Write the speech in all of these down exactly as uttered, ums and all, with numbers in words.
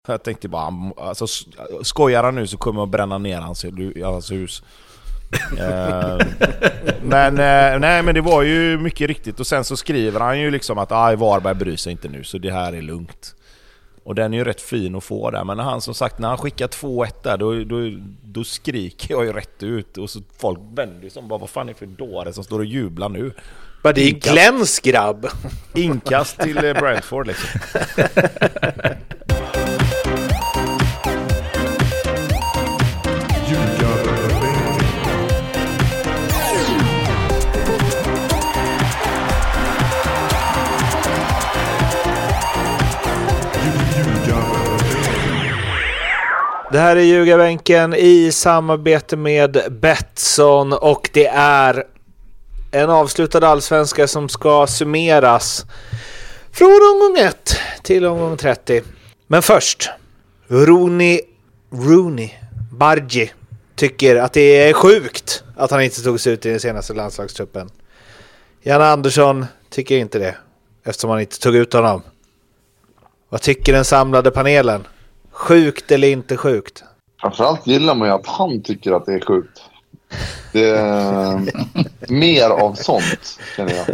Jag tänkte bara, alltså, skojar han nu så kommer jag att bränna ner hans, hans hus. uh, men uh, nej men det var ju mycket riktigt. Och sen så skriver han ju liksom att aj, Varberg bryr sig inte nu, så det här är lugnt. Och den är ju rätt fin att få där. Men när han som sagt, när han skickar två ett där, då, då, då skriker jag ju rätt ut. Och så folk vänder som bara, vad fan är det för dåre som står och jublar nu? Men det är Inkast. Glens grabb. Inkast till Brentford liksom. Det här är Ljugarbänken i samarbete med Betsson och det är en avslutad allsvenska som ska summeras från omgång ett till omgång trettio. Men först, Rooney, Rooney Bargi tycker att det är sjukt att han inte togs ut i den senaste landslagstruppen. Janne Andersson tycker inte det, eftersom han inte tog ut honom. Vad tycker den samlade panelen? Sjukt eller inte sjukt? Framförallt gillar man ju att han tycker att det är sjukt. Det är mer av sånt, känner jag.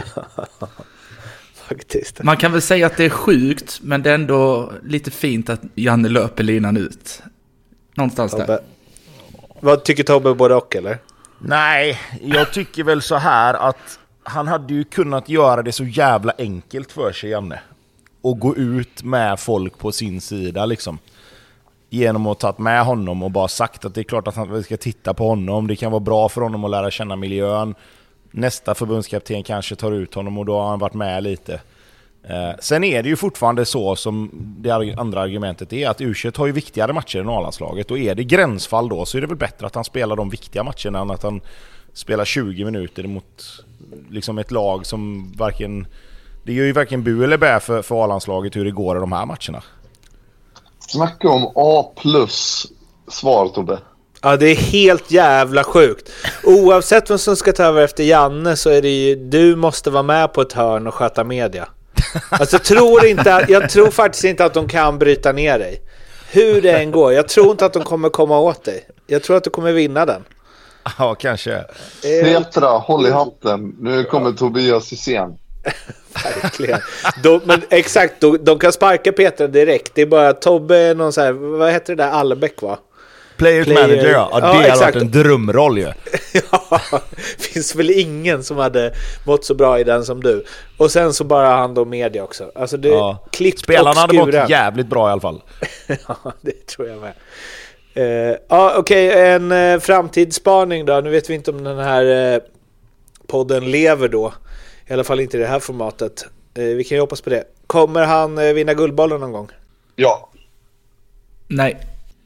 Faktiskt. Man kan väl säga att det är sjukt, men det är ändå lite fint att Janne löper linan ut. Någonstans Tobbe. där. Vad tycker Tobbe, både och eller? Nej, jag tycker väl så här att han hade ju kunnat göra det så jävla enkelt för sig, Janne. Och gå ut med folk på sin sida liksom. Genom att ta med honom och bara sagt att det är klart att han ska titta på honom. Det kan vara bra för honom att lära känna miljön. Nästa förbundskapten kanske tar ut honom och då har han varit med lite. Eh, sen är det ju fortfarande så som det andra argumentet är att U tjugoett har ju viktigare matcher än A-landslaget. Och är det gränsfall då så är det väl bättre att han spelar de viktiga matcherna än att han spelar tjugo minuter mot liksom ett lag som varken... Det gör ju varken bu eller bä för, för A-landslaget hur det går i de här matcherna. Snacka om A plus svar, Tobbe. Ja, det är helt jävla sjukt. Oavsett vem som ska ta över efter Janne så är det ju, du måste vara med på ett hörn och sköta media. Alltså jag tror, inte, jag tror faktiskt inte att de kan bryta ner dig. Hur det än går. Jag tror inte att de kommer komma åt dig. Jag tror att du kommer vinna den. Ja, kanske. Petra, håll i hatten. Nu kommer Tobias Hysén. Verkligen. De, men exakt, de, de kan sparka Petra direkt. Det är bara Tobbe, någon så här, vad heter det där, Allbäck va? Player, Player manager, ja. ja det ja, har varit en drömroll ju. Ja, finns väl ingen som hade mått så bra i den som du. Och sen så bara hand om media också. Alltså det ja. klippt spelarna hade mått jävligt bra i alla fall. Ja, det tror jag med. Uh, ja, okej, okay, en uh, framtidsspaning då. Nu vet vi inte om den här uh, podden lever då. I alla fall inte i det här formatet. Uh, vi kan ju hoppas på det. Kommer han uh, vinna Guldbollen någon gång? Ja. Nej.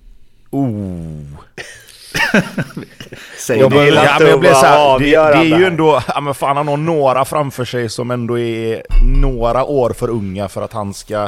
Oh. Säg jag det. Ja, men jag blev så här, det, det är ju ändå, ja, men fan, han har några framför sig som ändå är några år för unga för att han ska... Eh,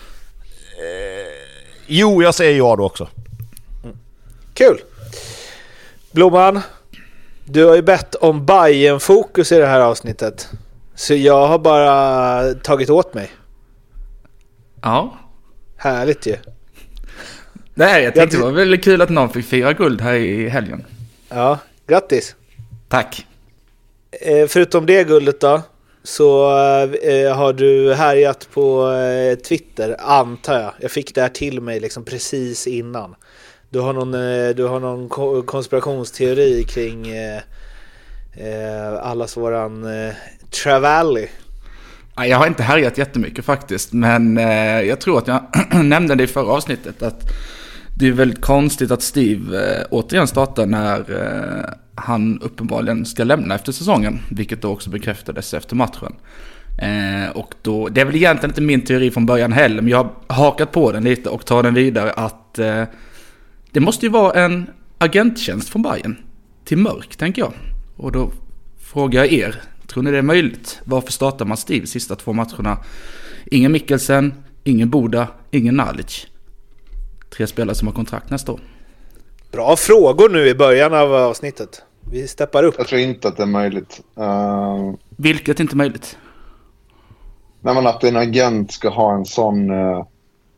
jo, jag säger ja då också. Mm. Kul. Blomman, du har ju bett om Bayern-fokus i det här avsnittet. Så jag har bara tagit åt mig. Ja. Härligt ju. Nej, jag tänkte det var väldigt kul att någon fick fira guld här i helgen. Ja, grattis. Tack. Eh, förutom det guldet då, så eh, har du härjat på eh, Twitter, antar jag. Jag fick det här till mig liksom precis innan. Du har någon, eh, du har någon ko- konspirationsteori kring eh, eh, allas våran eh, Travalli. Jag har inte härjat jättemycket faktiskt, men eh, jag tror att jag nämnde det i förra avsnittet att det är väldigt konstigt att Steve eh, återigen startar när eh, han uppenbarligen ska lämna efter säsongen, vilket då också bekräftades efter matchen. Eh, och då, det är väl egentligen inte min teori från början heller, men jag har hakat på den lite och tar den vidare att eh, det måste ju vara en agenttjänst från Bayern till Mörk, tänker jag. Och då frågar jag er, tror ni det är möjligt? Varför startar man Steve sista två matcherna? Ingen Mikkelsen, ingen Boda, ingen Nalic. Tre spelare som har kontrakt nästa år. Bra frågor nu i början av avsnittet. Vi steppar upp. Jag tror inte att det är möjligt. Uh... Vilket inte är möjligt? Nej, men att en agent ska ha en sån uh,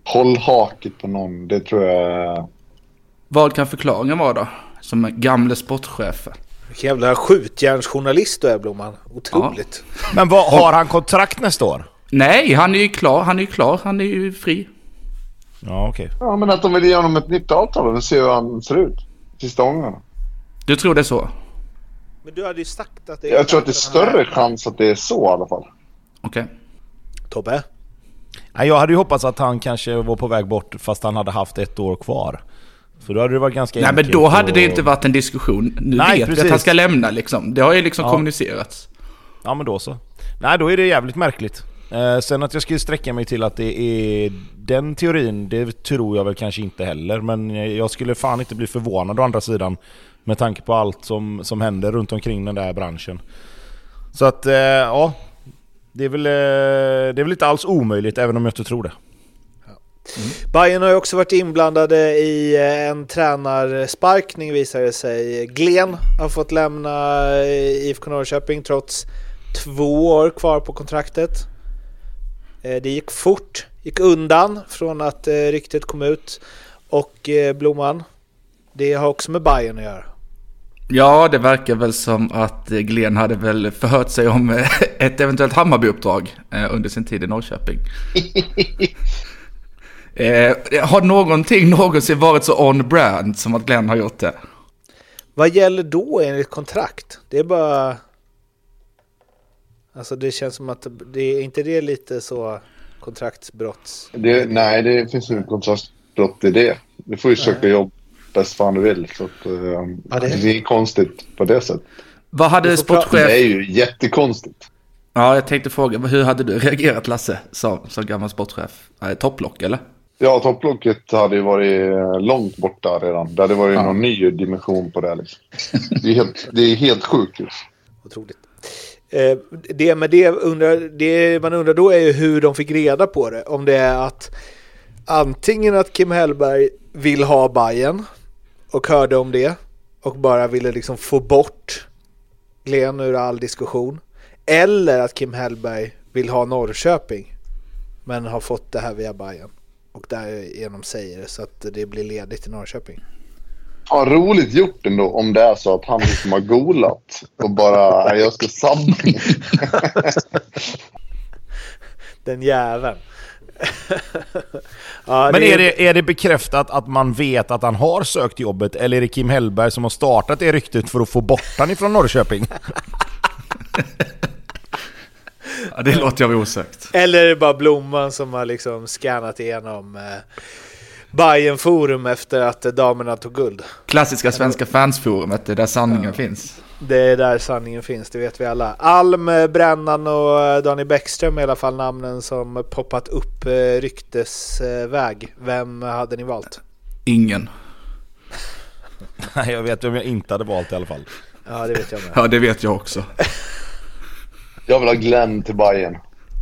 håll haket på någon, det tror jag. Vad kan förklaringen vara då? Som gamle sportchefen. Jävla skjutjärnsjournalist du är, Blomman. Otroligt. Ja. Men vad, har han kontrakt nästa år? Nej, han är ju klar. Han är ju klar. Han är ju fri. Ja, okej. Okay. Ja, men att de vill ge honom ett nytt avtal och se hur han ser ut. Sista gången. Du tror det är så? Men du hade ju sagt att det är... Jag tror att det är större chans att det är så i alla fall. Okej. Okay. Tobbe? Nej, jag hade ju hoppats att han kanske var på väg bort fast han hade haft ett år kvar. För då hade det varit ganska Nej, enkelt. men då hade och... det inte varit en diskussion. Nu Nej, vet precis. vi att han ska lämna liksom. Det har ju liksom ja. kommunicerats. Ja, men då så. Nej, då är det jävligt märkligt. Eh, sen att jag skulle sträcka mig till att det är den teorin, det tror jag väl kanske inte heller. Men jag skulle fan inte bli förvånad å andra sidan med tanke på allt som, som händer runt omkring den där branschen. Så att, eh, ja, det är, väl, eh, det är väl inte alls omöjligt även om jag inte tror det. Mm. Bayern har ju också varit inblandade i en tränarsparkning visar det sig. Glenn har fått lämna I F K Norrköping trots två år kvar på kontraktet. Det gick fort, gick undan från att ryktet kom ut. Och Blomman, det har också med Bayern att göra. Ja, det verkar väl som att Glenn hade väl förhört sig om ett eventuellt Hammarby-uppdrag under sin tid i Norrköping. Eh, har någonting någonsin varit så on-brand som att Glenn har gjort det? Vad gäller då enligt kontrakt? Det är bara... Alltså det känns som att det är inte det lite så kontraktsbrotts... Det, nej, det finns ju kontraktsbrott i det. Du får ju nej. söka jobb bäst fan du vill. Så att, um, ja, det, är... det är konstigt på det sättet. Vad hade sportchef... Det är ju jättekonstigt. Ja, jag tänkte fråga, hur hade du reagerat, Lasse, som, som gammal sportchef? Äh, topplock, eller? Ja, topplocket hade ju varit långt borta redan. Det hade varit ja. någon ny dimension på det. Liksom. Det är helt, det är helt sjukt. Otroligt. Eh, det, men det, undrar, det man undrar då är ju hur de fick reda på det. Om det är att antingen att Kim Hellberg vill ha Bayern och hörde om det och bara ville liksom få bort Glenn ur all diskussion. Eller att Kim Hellberg vill ha Norrköping men har fått det här via Bayern. Och därigenom säger det så att det blir ledigt i Norrköping. Ja, roligt gjort ändå om det är så att han liksom har golat och bara, jag ska sabba. Den jäveln. Ja, men det är det, är det bekräftat att man vet att han har sökt jobbet eller är det Kim Hellberg som har startat det ryktet för att få bort han ifrån Norrköping? Ja, det låter jag osökt. Eller är det bara Blomman som har liksom skannat igenom eh, Bayern Forum efter att damerna tog guld. Klassiska svenska fansforumet, det är där sanningen ja. finns. Det är där sanningen finns, det vet vi alla. Alm, Brännan och Daniel Bäckström är i alla fall namnen som poppat upp eh, ryktesväg. Vem hade ni valt? Ingen. Nej, jag vet vem jag inte hade valt i alla fall. Ja, det vet jag med. Ja, det vet jag också. Jag vill ha Glenn till Bayern.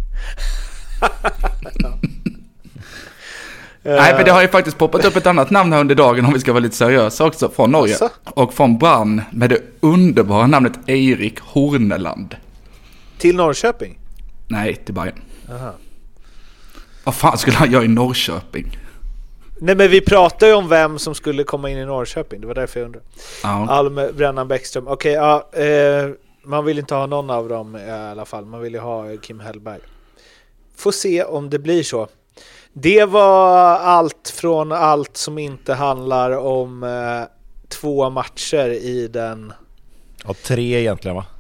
Nej, men det har ju faktiskt poppat upp ett annat namn här under dagen om vi ska vara lite seriösa också från Norge. Asså? Och från Brann med det underbara namnet Eirik Horneland. Till Norrköping? Nej, till Bayern. Aha. Vad fan skulle han göra i Norrköping? Nej, men vi pratar ju om vem som skulle komma in i Norrköping. Det var därför jag undrar. Ja. Alm, Brännan, Bäckström. Okej, okay, ja... Eh, man vill inte ha någon av dem i alla fall. Man vill ju ha Kim Hellberg. Får se om det blir så. Det var allt från allt som inte handlar om eh, två matcher i den... Ja, tre egentligen va?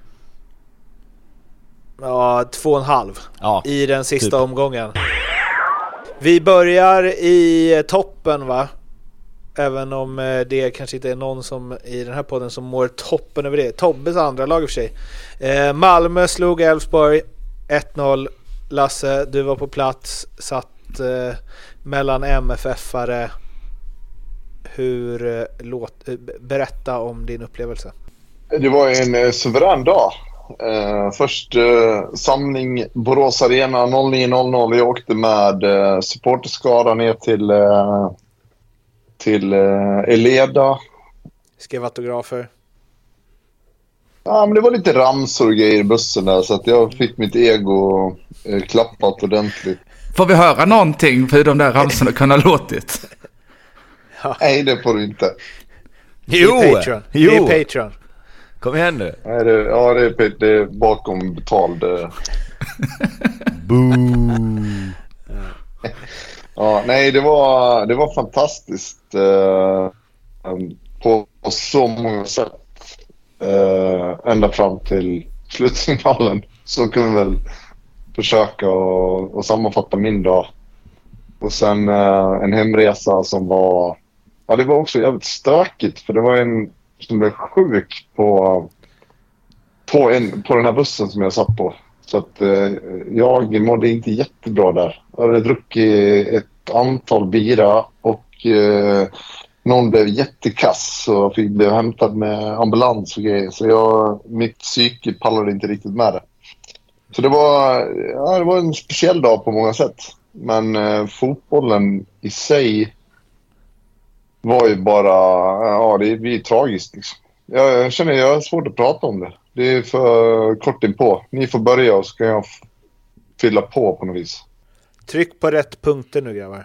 Ja, två och en halv. Ja, i den sista typ. omgången. Vi börjar i toppen va? Även om det kanske inte är någon som i den här podden som mår toppen över det. Tobbes andra lag i och för sig. Eh, Malmö slog Elfsborg ett noll. Lasse, du var på plats. Satt eh, mellan M F F-are. Hur eh, låt, eh, berätta om din upplevelse. Det var en eh, suverän dag. Eh, först eh, samling Borås Arena noll nio noll noll. Jag åkte med eh, supporterskara ner till... Eh, till eh, Eleda. Skrev autografer. Ja, men det var lite ramsor och grejer i bussen där så att jag fick mitt ego eh, klappat ordentligt. Får vi höra någonting för hur de där ramsorna kan ha låtit? Ja. Nej, det får du inte. Jo, det är Patreon. Jo. Det är Patreon. Kom igen nu. Nej, det, ja, det är, det är bakom betald. Boom. Ja, nej, det var, det var fantastiskt eh, på, på så många sätt. Eh, ända fram till slutsignalen. Så kan vi väl försöka och, och sammanfatta min dag. Och sen eh, en hemresa som var... Ja, det var också jävligt stökigt. För det var en som blev sjuk på, på, en, på den här bussen som jag satt på. Så att eh, jag mådde inte jättebra där. Jag hade druckit ett antal bira och eh, någon blev jättekass och fick bli hämtad med ambulans och grejer. Så jag, mitt psyke pallade inte riktigt med det. Så det var, ja, det var en speciell dag på många sätt. Men eh, fotbollen i sig var ju bara, ja, det blir tragiskt liksom. Jag, jag känner jag har svårt att prata om det. Det är för kort in på. Ni får börja och ska jag f- fylla på på något vis. Tryck på rätt punkter nu, grabbar.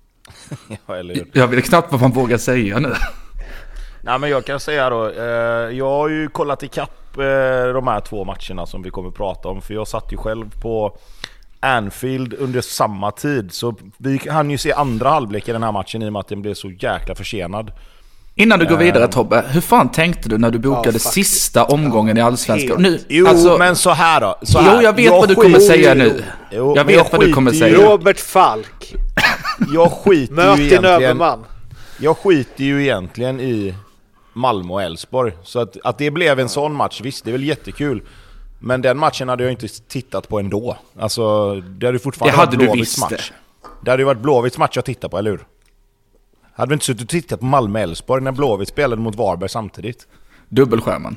Ja, eller hur? Jag vet knappt vad man vågar säga nu. Nej, men jag kan säga då, eh, jag har ju kollat ikapp eh, de här två matcherna som vi kommer att prata om. För jag satt ju själv på Anfield under samma tid. Så vi hann ju se andra halvlek i den här matchen i och med att den blev så jäkla försenad. Innan du går vidare, Tobbe, hur fan tänkte du när du bokade ja, sista omgången i Allsvenskan? Nu, jo, alltså, men så här då. Så här. Jo, jag vet jag vad du skit, kommer säga nu. Jo, jag vet jag vad du kommer säga. Robert Falk. Jag skiter Möt ju din egentligen... överman. Jag skiter ju egentligen i Malmö och Elfsborg. Så att, att det blev en sån match, visst, det är väl jättekul. Men den matchen hade jag inte tittat på ändå. Alltså, det hade fortfarande det hade varit du Blåvitts visst match. Det hade ju varit Blåvitts match att titta på, eller hur? Hade vi inte suttit och tittat på Malmö och Elfsborg när Blåvitt spelade mot Varberg samtidigt? Dubbelskärmen.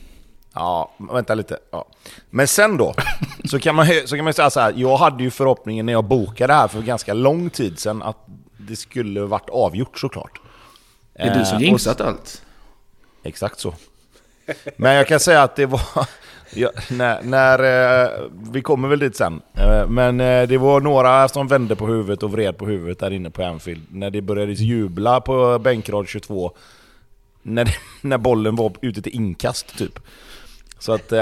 Ja, vänta lite. Ja. Men sen då, så kan man, så kan man säga så här. Jag hade ju förhoppningen när jag bokade det här för ganska lång tid sedan att det skulle varit avgjort såklart. Det är du som jinxat allt. Exakt så. Men jag kan säga att det var... Ja, när, när vi kommer väl dit sen. Men det var några som vände på huvudet och vred på huvudet där inne på Anfield. När det började jubla på bänkrad tjugotvå. När, det, när bollen var ute till inkast typ. Så att...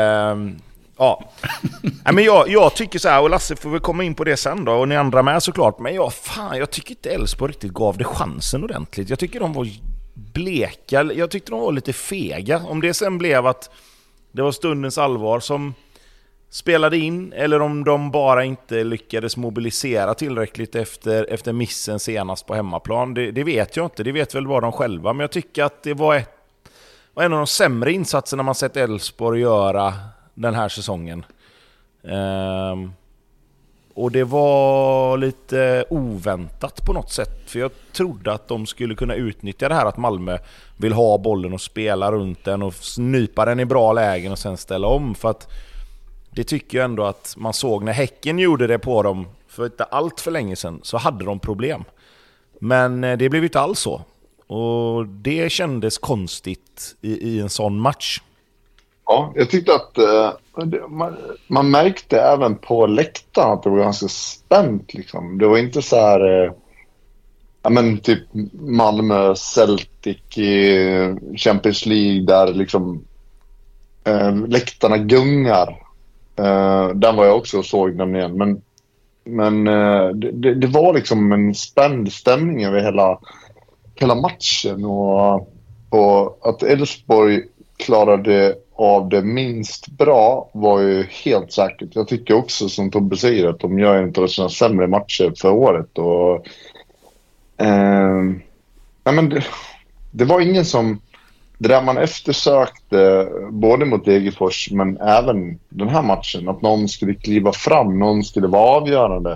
Ja. Men jag, jag tycker så här, och Lasse får väl komma in på det sen då, och ni andra med såklart. Men jag, fan, jag tycker inte Elfsborg riktigt gav det chansen ordentligt. Jag tycker de var bleka. Jag tyckte de var lite fega. Om det sen blev att det var stundens allvar som spelade in, eller om de bara inte lyckades mobilisera tillräckligt efter, efter missen senast på hemmaplan, det, det vet jag inte. Det vet väl bara de själva. Men jag tycker att det var, ett, var en av de sämre insatserna man sett Elfsborg göra den här säsongen. Ehm, och det var lite oväntat på något sätt. För jag trodde att de skulle kunna utnyttja det här att Malmö vill ha bollen och spela runt den och snypa den i bra lägen och sen ställa om. För att det tycker jag ändå att man såg när Häcken gjorde det på dem för inte allt för länge sedan, så hade de problem. Men det blev inte alls så. Och det kändes konstigt i, i en sån match. Ja, jag tyckte att uh, man, man märkte även på läktaren att det var ganska spänt liksom. Det var inte så här uh, ja men typ Malmö Celtic i Champions League där liksom uh, läktarna gungar. Uh, den var jag också och såg den igen, men men uh, det, det var liksom en spänd stämning över hela hela matchen, och och att Elfsborg klarade av det minst bra var ju helt säkert. Jag tycker också, som Tobbe säger, att de gör inte sina sämre matcher för året. Och, eh, nej men det, det var ingen som... Det där man eftersökte både mot Degerfors men även den här matchen, att någon skulle kliva fram, någon skulle vara avgörande.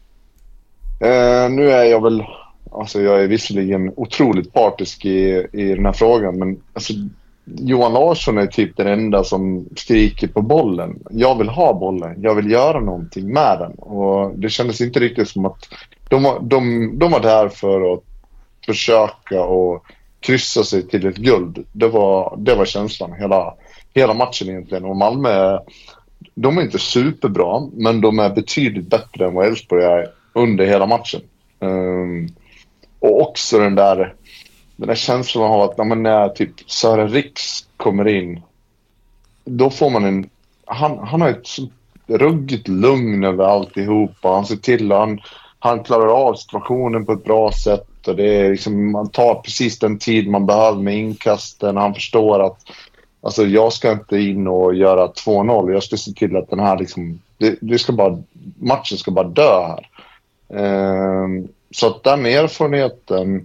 Eh, nu är jag väl... Alltså jag är visserligen otroligt partisk i, i den här frågan, men alltså... Johan Larsson är typ den enda som skriker på bollen. Jag vill ha bollen. Jag vill göra någonting med den. Och det kändes inte riktigt som att de var, de, de var där för att försöka och kryssa sig till ett guld. Det var, det var känslan hela, hela matchen egentligen. Och Malmö, de är inte superbra, men de är betydligt bättre än vad Elfsborg är under hela matchen. Um, och också den där, den där känslan av att när, när typ Sören Riks kommer in, då får man en... Han, han har ett ruggigt lugn över alltihopa. Han ser till att han, han klarar av situationen på ett bra sätt. Och det är liksom, man tar precis den tid man behöver med inkasten. Han förstår att alltså, jag ska inte in och göra två noll. Jag ska se till att den här liksom, det, det ska bara, matchen ska bara dö här. Ehm, så att den erfarenheten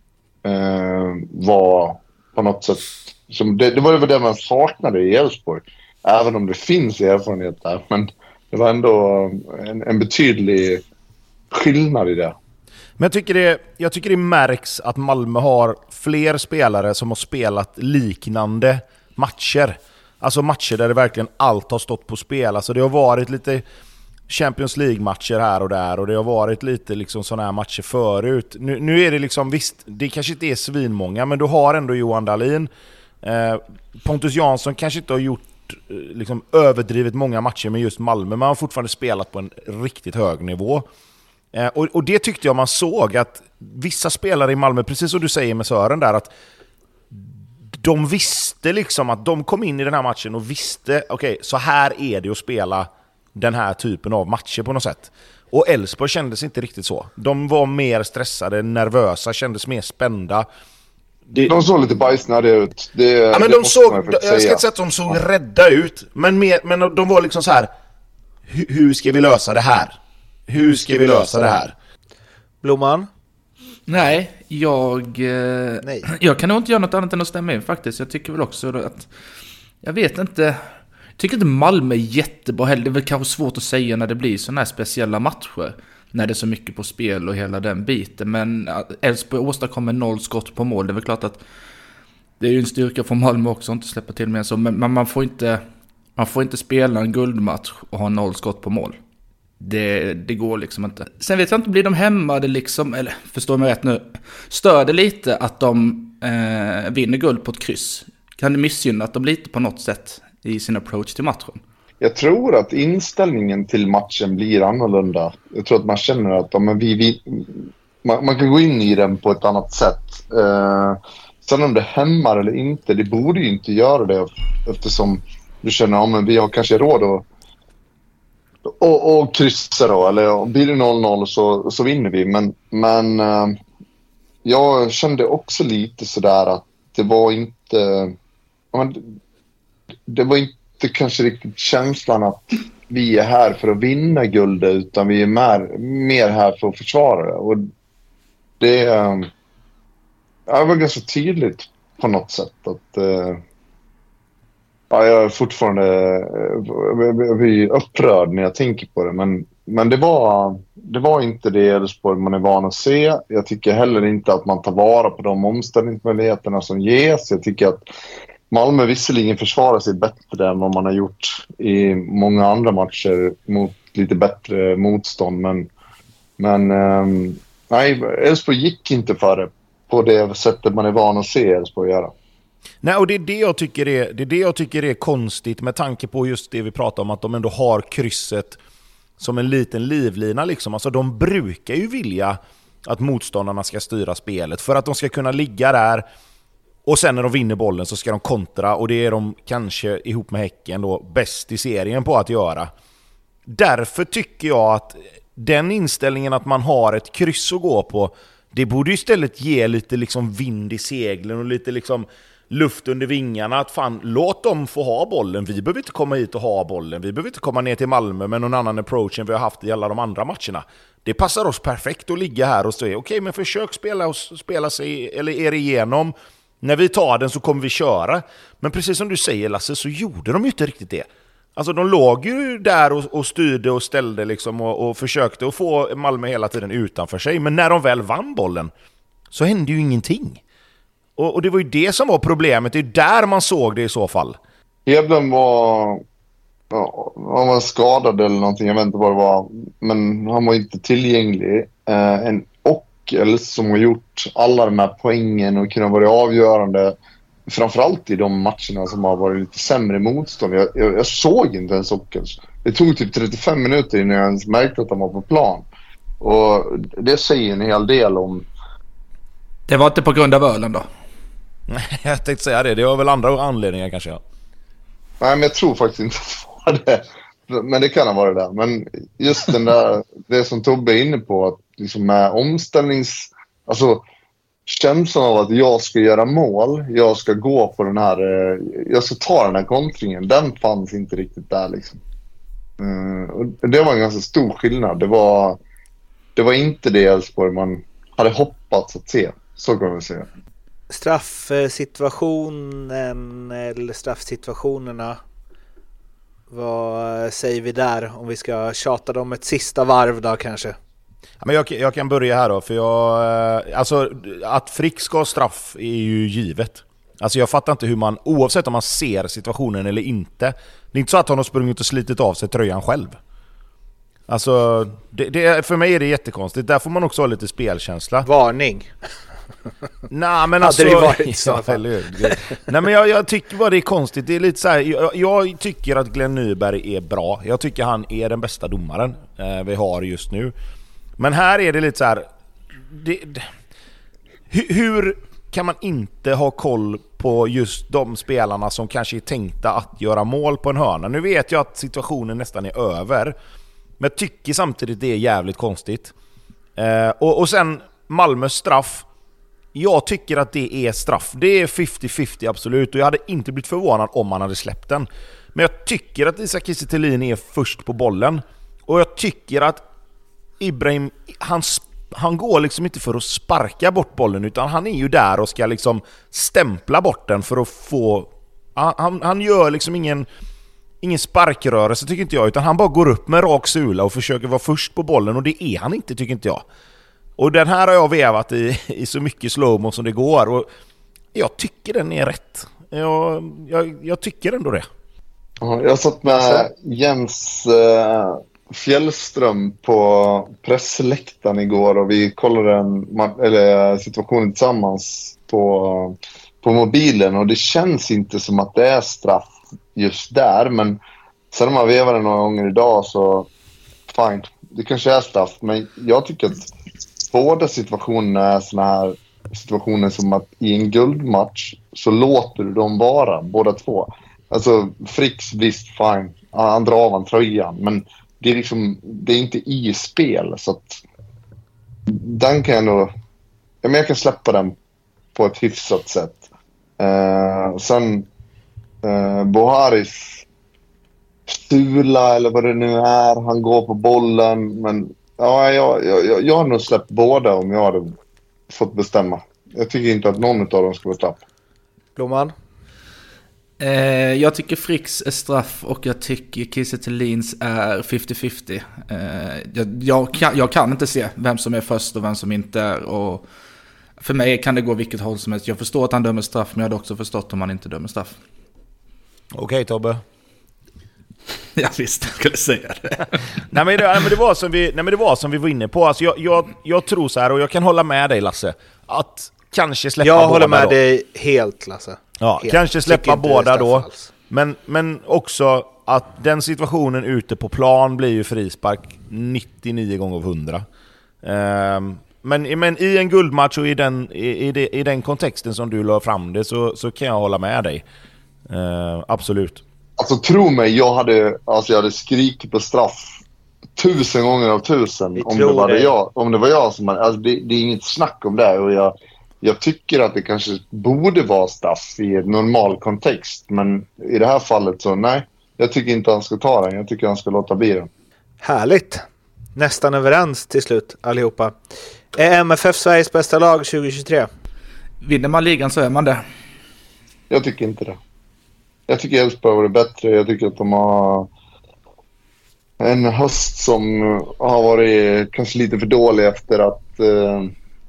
eh, var på något sätt som, det, det var ju det man saknade i Elfsborg. Även om det finns erfarenhet där. Men det var ändå en, en betydlig skillnad i det. Men jag tycker, det, jag tycker det märks att Malmö har fler spelare som har spelat liknande matcher. Alltså matcher där det verkligen allt har stått på spel. Alltså det har varit lite Champions League-matcher här och där. Och det har varit lite liksom sådana här matcher förut. Nu, nu är det liksom, visst, det kanske inte är svinmånga. Men du har ändå Johan Dahlin. Eh, Pontus Jansson kanske inte har gjort liksom överdrivet många matcher med just Malmö, men han har fortfarande spelat på en riktigt hög nivå. Eh, och, och det tyckte jag man såg att vissa spelare i Malmö, precis som du säger med Sören där, att de visste liksom att de kom in i den här matchen och visste, okej, okay, så här är det att spela den här typen av matcher på något sätt. Och Elfsborg kändes inte riktigt så. De var mer stressade, nervösa, kändes mer spända. Det... De såg lite bajsnödiga ut. Det, ja, men det de såg, jag ska säga. Inte säga att de såg ja. rädda ut, men, mer, men de var liksom så här: hur, hur ska vi lösa det här? Hur ska vi lösa det här? Blomman? Nej, jag eh, Nej. jag kan nog inte göra något annat än att stämma in faktiskt. Jag tycker väl också att, jag vet inte, jag tycker inte Malmö är jättebra heller. Det är väl kanske svårt att säga när det blir sådana här speciella matcher, när det är så mycket på spel och hela den biten. Men Elfsborg åstadkommer noll skott på mål. Det är väl klart att det är ju en styrka för Malmö också att inte släppa till mer så. Men man får inte, man får inte spela en guldmatch och ha noll skott på mål. Det, det går liksom inte. Sen vet jag inte, blir de hämmade liksom, eller förstår mig rätt nu, stör det lite att de eh, vinner guld på ett kryss? Kan det missgynna att de lite på något sätt i sin approach till matchen? Jag tror att inställningen till matchen blir annorlunda. Jag tror att man känner att ja, men vi, vi, man, man kan gå in i den på ett annat sätt. Eh, sen om det hämmar eller inte, det borde ju inte göra det, eftersom du känner att ja, vi har kanske råd att och, och kryssa då. Eller blir det noll noll så, så vinner vi. Men, men eh, jag kände också lite sådär att det var inte... Ja, men, det var inte det kanske riktigt känslan att vi är här för att vinna guld, utan vi är mer, mer här för att försvara det. Och det, äh, det var ganska tydligt på något sätt att äh, ja, jag är fortfarande jag blir upprörd när jag tänker på det, men, men det, var, det var inte det Elfsborg man är van att se. Jag tycker heller inte att man tar vara på de omställningsmöjligheterna som ges. Jag tycker att Malmö visserligen försvarar sig bättre än vad man har gjort i många andra matcher mot lite bättre motstånd. Men, men um, nej, Elfsborg gick inte för det på det sättet man är van att se Elfsborg göra. Nej, och det är det jag tycker är, det är det jag tycker är konstigt med tanke på just det vi pratar om, att de ändå har krysset som en liten livlina liksom. Alltså de brukar ju vilja att motståndarna ska styra spelet för att de ska kunna ligga där. Och sen när de vinner bollen så ska de kontra, och det är de kanske ihop med Häcken då bäst i serien på att göra. Därför tycker jag att den inställningen att man har ett kryss att gå på, det borde istället ge lite liksom vind i seglen och lite liksom luft under vingarna. Att fan, låt dem få ha bollen. Vi behöver inte komma hit och ha bollen. Vi behöver inte komma ner till Malmö med någon annan approach än vi har haft i alla de andra matcherna. Det passar oss perfekt att ligga här och säga okej, okay, men försök spela, och spela sig eller er igenom. När vi tar den så kommer vi köra. Men precis som du säger, Lasse, så gjorde de ju inte riktigt det. Alltså de låg ju där och, och styrde och ställde liksom och, och försökte att få Malmö hela tiden utanför sig. Men när de väl vann bollen så hände ju ingenting. Och, och det var ju det som var problemet. Det är där man såg det i så fall. Hedlund var, ja, han var skadad eller någonting, jag vet inte vad det var. Men han var inte tillgänglig. Eh, en Ockel som har gjort alla de här poängen och kunnat vara avgörande. Framförallt i de matcherna som har varit lite sämre motstånd. Jag, jag, jag såg inte ens Ockels. Det tog typ trettiofem minuter innan jag ens märkte att han var på plan. Och det säger en hel del om... Det var inte på grund av ölen då? Nej, jag tänkte säga det. Det var väl andra anledningar kanske, ja. Nej, men jag tror faktiskt inte att det var det. Men det kan ha varit det. Men just den där, det som Tobbe är inne på, att liksom med omställnings... Alltså, känslan av att jag ska göra mål, jag ska gå på den här... Jag ska ta den här kontringen, den fanns inte riktigt där liksom. Och det var en ganska stor skillnad. Det var, det var inte det Elfsborg man hade hoppats att se. Så kan man säga. Straffsituationen eller straffsituationerna, vad säger vi där? Om vi ska tjata dem ett sista varv då kanske. Ja, men jag, jag kan börja här då, för jag... Alltså, att Frick ska ha straff är ju givet. Alltså jag fattar inte hur man, oavsett om man ser situationen eller inte, det är inte så att han har sprungit och slitit av sig tröjan själv. Alltså, det, det, för mig är det jättekonstigt. Där får man också ha lite spelkänsla. Varning. Nej, men alltså... Hade det varit så? Ja, nej, men jag, jag tycker bara det är konstigt. Det är lite så här, jag, jag tycker att Glenn Nyberg är bra. Jag tycker han är den bästa domaren eh, vi har just nu. Men här är det lite så här... Det, det, hur... hur kan man inte ha koll på just de spelarna som kanske är tänkta att göra mål på en hörna? Nu vet jag att situationen nästan är över, men jag tycker samtidigt det är jävligt konstigt. Eh, och, och sen Malmös straff. Jag tycker att det är straff. Det är femtio femtio absolut, och jag hade inte blivit förvånad om man hade släppt den. Men jag tycker att Isak Kiese Thelin är först på bollen. Och jag tycker att Ibrahim, han Han går liksom inte för att sparka bort bollen, utan han är ju där och ska liksom stämpla bort den för att få... Han, han gör liksom ingen, ingen sparkrörelse tycker inte jag, utan han bara går upp med rak sula och försöker vara först på bollen, och det är han inte tycker inte jag. Och den här har jag vevat i, i så mycket slowmo som det går, och jag tycker den är rätt. Jag, jag, jag tycker ändå det. Jag satt med Jens... Uh... Fjällström på pressläktaren igår, och vi kollade en eller situationen tillsammans på, på mobilen, och det känns inte som att det är straff just där, men sen om man vevar det några gånger idag så fine, det kanske är straff, men jag tycker att båda situationerna är såna här situationer som att i en guldmatch så låter du dem vara, båda två. Alltså Fricks visst fine, han drar av han tröjan, men det är liksom, det är inte i spel, så att den kan jag nog, ja, men jag kan släppa den på ett hyfsat sätt. Eh, sen eh, Boharis stula eller vad det nu är, han går på bollen, men ja, jag, jag, jag har nog släppt båda om jag hade fått bestämma. Jag tycker inte att någon av dem ska vara straff. Blomman? Eh, jag tycker Fricks är straff, och jag tycker Kiese Thelins är femtio femtio. Eh, jag, jag, kan, jag kan inte se vem som är först och vem som inte är, och för mig kan det gå vilket håll som helst. Jag förstår att han dömer straff, men jag hade också förstått om han inte dömer straff. Okej, okay, Tobbe. Jag visste jag skulle säga det. nej, men det, nej, men det var som vi, nej, men det var som vi var inne på. Alltså, jag, jag, jag tror så här, och jag kan hålla med dig, Lasse, att kanske släppa jag båda. Jag håller med då. dig helt, Lasse. Ja, helt. Kanske släppa båda då. Men, men också att den situationen ute på plan blir ju frispark nittionio gånger av hundra. Um, men, men i en guldmatch och i den, i, i, det, i den kontexten som du la fram det, så, så kan jag hålla med dig. Uh, absolut. Alltså tro mig, jag hade, alltså, jag hade skrikit på straff tusen gånger av tusen om det, var det. Jag, om det var jag som hade, alltså, det, det är inget snack om det, och jag Jag tycker att det kanske borde vara straff i en normal kontext. Men i det här fallet så nej. Jag tycker inte han ska ta den. Jag tycker han ska låta bli den. Härligt. Nästan överens till slut allihopa. Är M F F Sveriges bästa lag tjugohundratjugotre? Vinner man ligan så är man det. Jag tycker inte det. Jag tycker Elfsborg var det bättre. Jag tycker att de har en höst som har varit kanske lite för dålig efter att... Eh,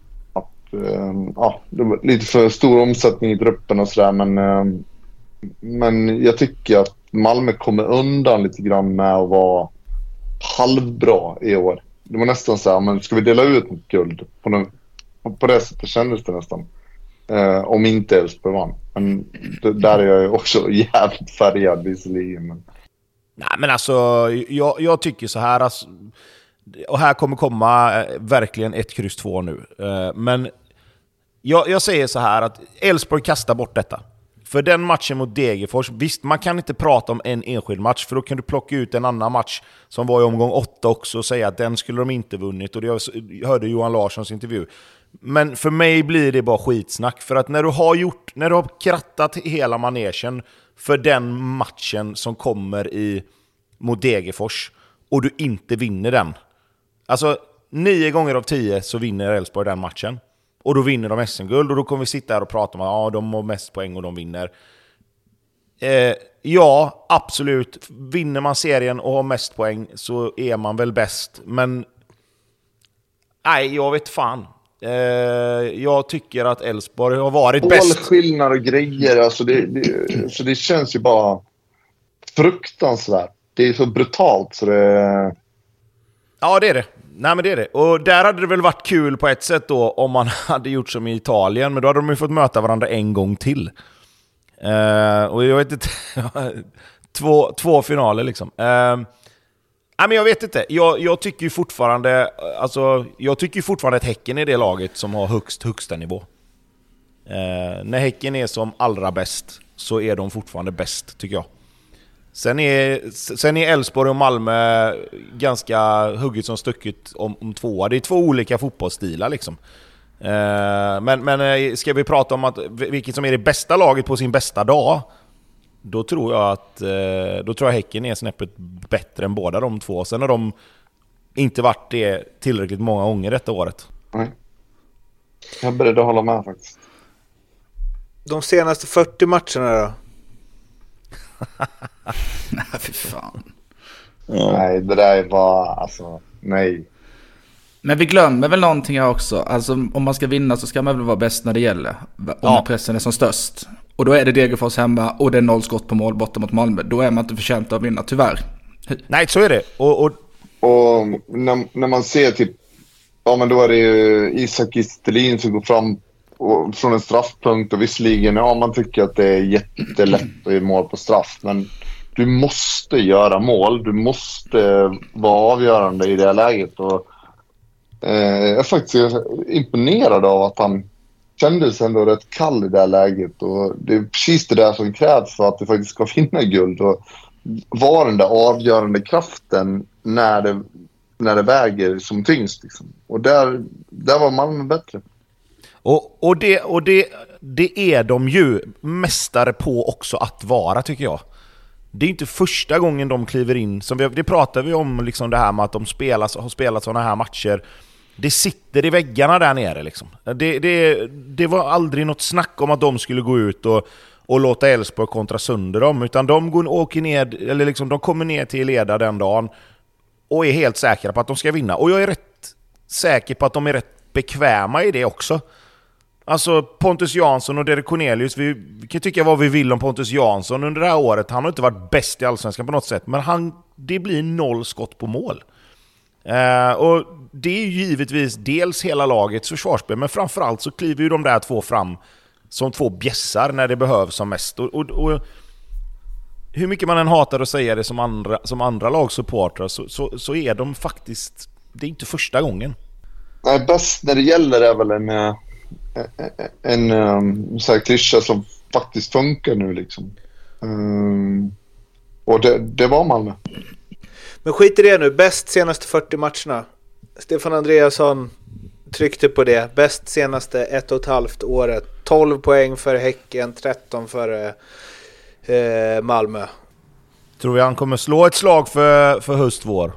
ja, det var lite för stor omsättning i truppen och sådär, men men jag tycker att Malmö kommer undan lite grann med att vara halvbra i år. Det var nästan så här, men ska vi dela ut ett guld på, den, på det sättet kändes det nästan, eh, om inte Elfsborg vann. Men det, där är jag också jävligt färgad visserligen. Men... Nej, men alltså jag, jag tycker så här, alltså, Och här kommer komma verkligen ett kryss två nu. Men jag, jag säger så här att Elfsborg kastar bort detta. För den matchen mot Degerfors, visst man kan inte prata om en enskild match, för då kan du plocka ut en annan match som var i omgång åtta också och säga att den skulle de inte vunnit. Och det jag hörde Johan Larssons intervju. Men för mig blir det bara skitsnack. För att när du har gjort, när du har krattat hela manegen för den matchen som kommer i mot Degerfors och du inte vinner den. Alltså nio gånger av tio så vinner Elfsborg den matchen. Och då vinner de S M-guld och då kommer vi sitta här och prata om att ja, de har mest poäng och de vinner. Eh, ja, absolut. Vinner man serien och har mest poäng så är man väl bäst. Men nej, jag vet fan. Eh, jag tycker att Elfsborg har varit bäst. Målskillnad och grejer, alltså det, det, så det känns ju bara fruktansvärt. Det är så brutalt så det... Ja, det är det. Nej, men det är det. Och där hade det väl varit kul på ett sätt då om man hade gjort som i Italien. Men då hade de ju fått möta varandra en gång till. Uh, och jag vet inte... två, två finaler liksom. Uh, nej, men jag vet inte. Jag, jag tycker ju fortfarande... Alltså, jag tycker ju fortfarande att Häcken är det laget som har högst, högsta nivå. Uh, när Häcken är som allra bäst så är de fortfarande bäst, tycker jag. Sen är, sen är Elfsborg och Malmö ganska hugget som stucket om, om tvåa. Det är två olika fotbollsstilar liksom. Eh, men, men ska vi prata om att vilket som är det bästa laget på sin bästa dag, då tror jag att eh, då tror jag Häcken är snäppet bättre än båda de två. Sen har de inte varit det tillräckligt många gånger detta året. Nej. Jag började hålla med faktiskt. De senaste fyrtio matcherna då? Nej, fy fan. Ja. Nej, det där var alltså, nej. Men vi glömmer väl någonting här också. Alltså om man ska vinna så ska man väl vara bäst när det gäller. Om ja. pressen är som störst. Och då är det Degerfors hemma och det är noll skott på mål borta mot Malmö. Då är man inte förtjänt att vinna, tyvärr. Nej, så är det. Och, och... och när, när man ser typ, ja men då är det ju Isak Kistelin som går fram och, från en straffpunkt och visserligen, ja man tycker att det är jättelätt att göra mål på straff, men du måste göra mål, du måste vara avgörande i det här läget. Och eh, jag är faktiskt imponerad av att han kändes ändå rätt kall i det här läget, och det är precis det där som krävs för att du faktiskt ska finna guld och vara den där avgörande kraften när det, när det väger som tyngst liksom. Och där, där var Malmö bättre. Och, och, det, och det, det är de ju mästare på också att vara, tycker jag. Det är inte första gången de kliver in. Som vi, det pratar vi om, liksom det här med att de spelas, har spelat sådana här matcher. Det sitter i väggarna där nere. Liksom. Det, det, det var aldrig något snack om att de skulle gå ut och, och låta Elfsborg kontra sönder dem. Utan de, går, åker ner, eller liksom, de kommer ner till leda den dagen och är helt säkra på att de ska vinna. Och jag är rätt säker på att de är rätt bekväma i det också. Alltså Pontus Jansson och Derek Cornelius, vi, vi kan tycka vad vi vill om Pontus Jansson under det här året. Han har inte varit bäst i Allsvenskan på något sätt, men han, det blir noll skott på mål. Eh, och det är ju givetvis dels hela lagets försvarsspel, men framförallt så kliver ju de där två fram som två bjässar när det behövs som mest. Och, och, och hur mycket man än hatar att säga det som andra, som andra lagsupportrar, så, så, så är de faktiskt, det är inte första gången. Nej, bäst när det gäller är väl en... en um, så här klyscha som faktiskt funkar nu liksom. Um, och det, det var Malmö. Men skit i det nu, bäst senaste fyrtio matcherna. Stefan Andreasson tryckte på det. Bäst senaste ett och ett halvt året. tolv poäng för Häcken, tretton för eh, Malmö. Tror vi han kommer slå ett slag för, för höstvår?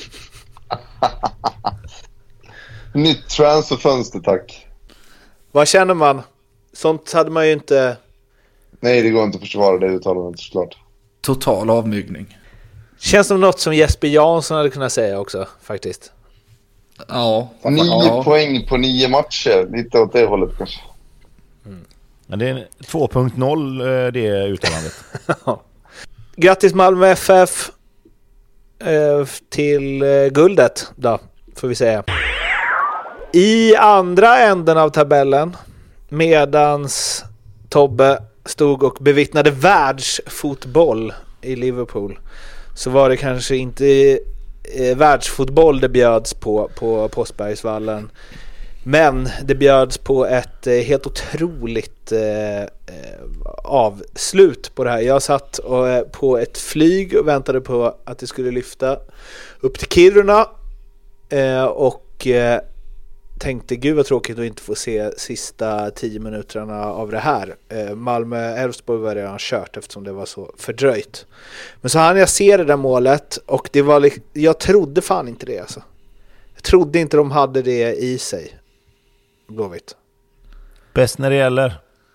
Nytt transferfönster, tack. Vad känner man? Sånt hade man ju inte... Nej, det går inte att försvara det uttalandet såklart. Total avmygning. Känns som något som Jesper Jansson hade kunnat säga också, faktiskt. Ja. Nio ja. poäng på nio matcher. Lite åt det hållet kanske. Mm. Men det är två punkt noll det uttalandet. Grattis Malmö F F eh, till eh, guldet då, får vi säga. I andra änden av tabellen, medans Tobbe stod och bevittnade världsfotboll i Liverpool, så var det kanske inte eh, världsfotboll det bjöds på på Påsbergsvallen. Men det bjöds på ett eh, helt otroligt eh, eh, avslut på det här. Jag satt och, eh, på ett flyg och väntade på att det skulle lyfta upp till Kiruna eh, och eh, tänkte gud vad tråkigt att inte få se sista tio minuterna av det här. Eh, Malmö-Elfsborg var redan kört eftersom det var så fördröjt. Men så hann jag se det där målet och det var li- jag trodde fan inte det alltså. Jag trodde inte de hade det i sig. Blåvitt. Bäst när det gäller.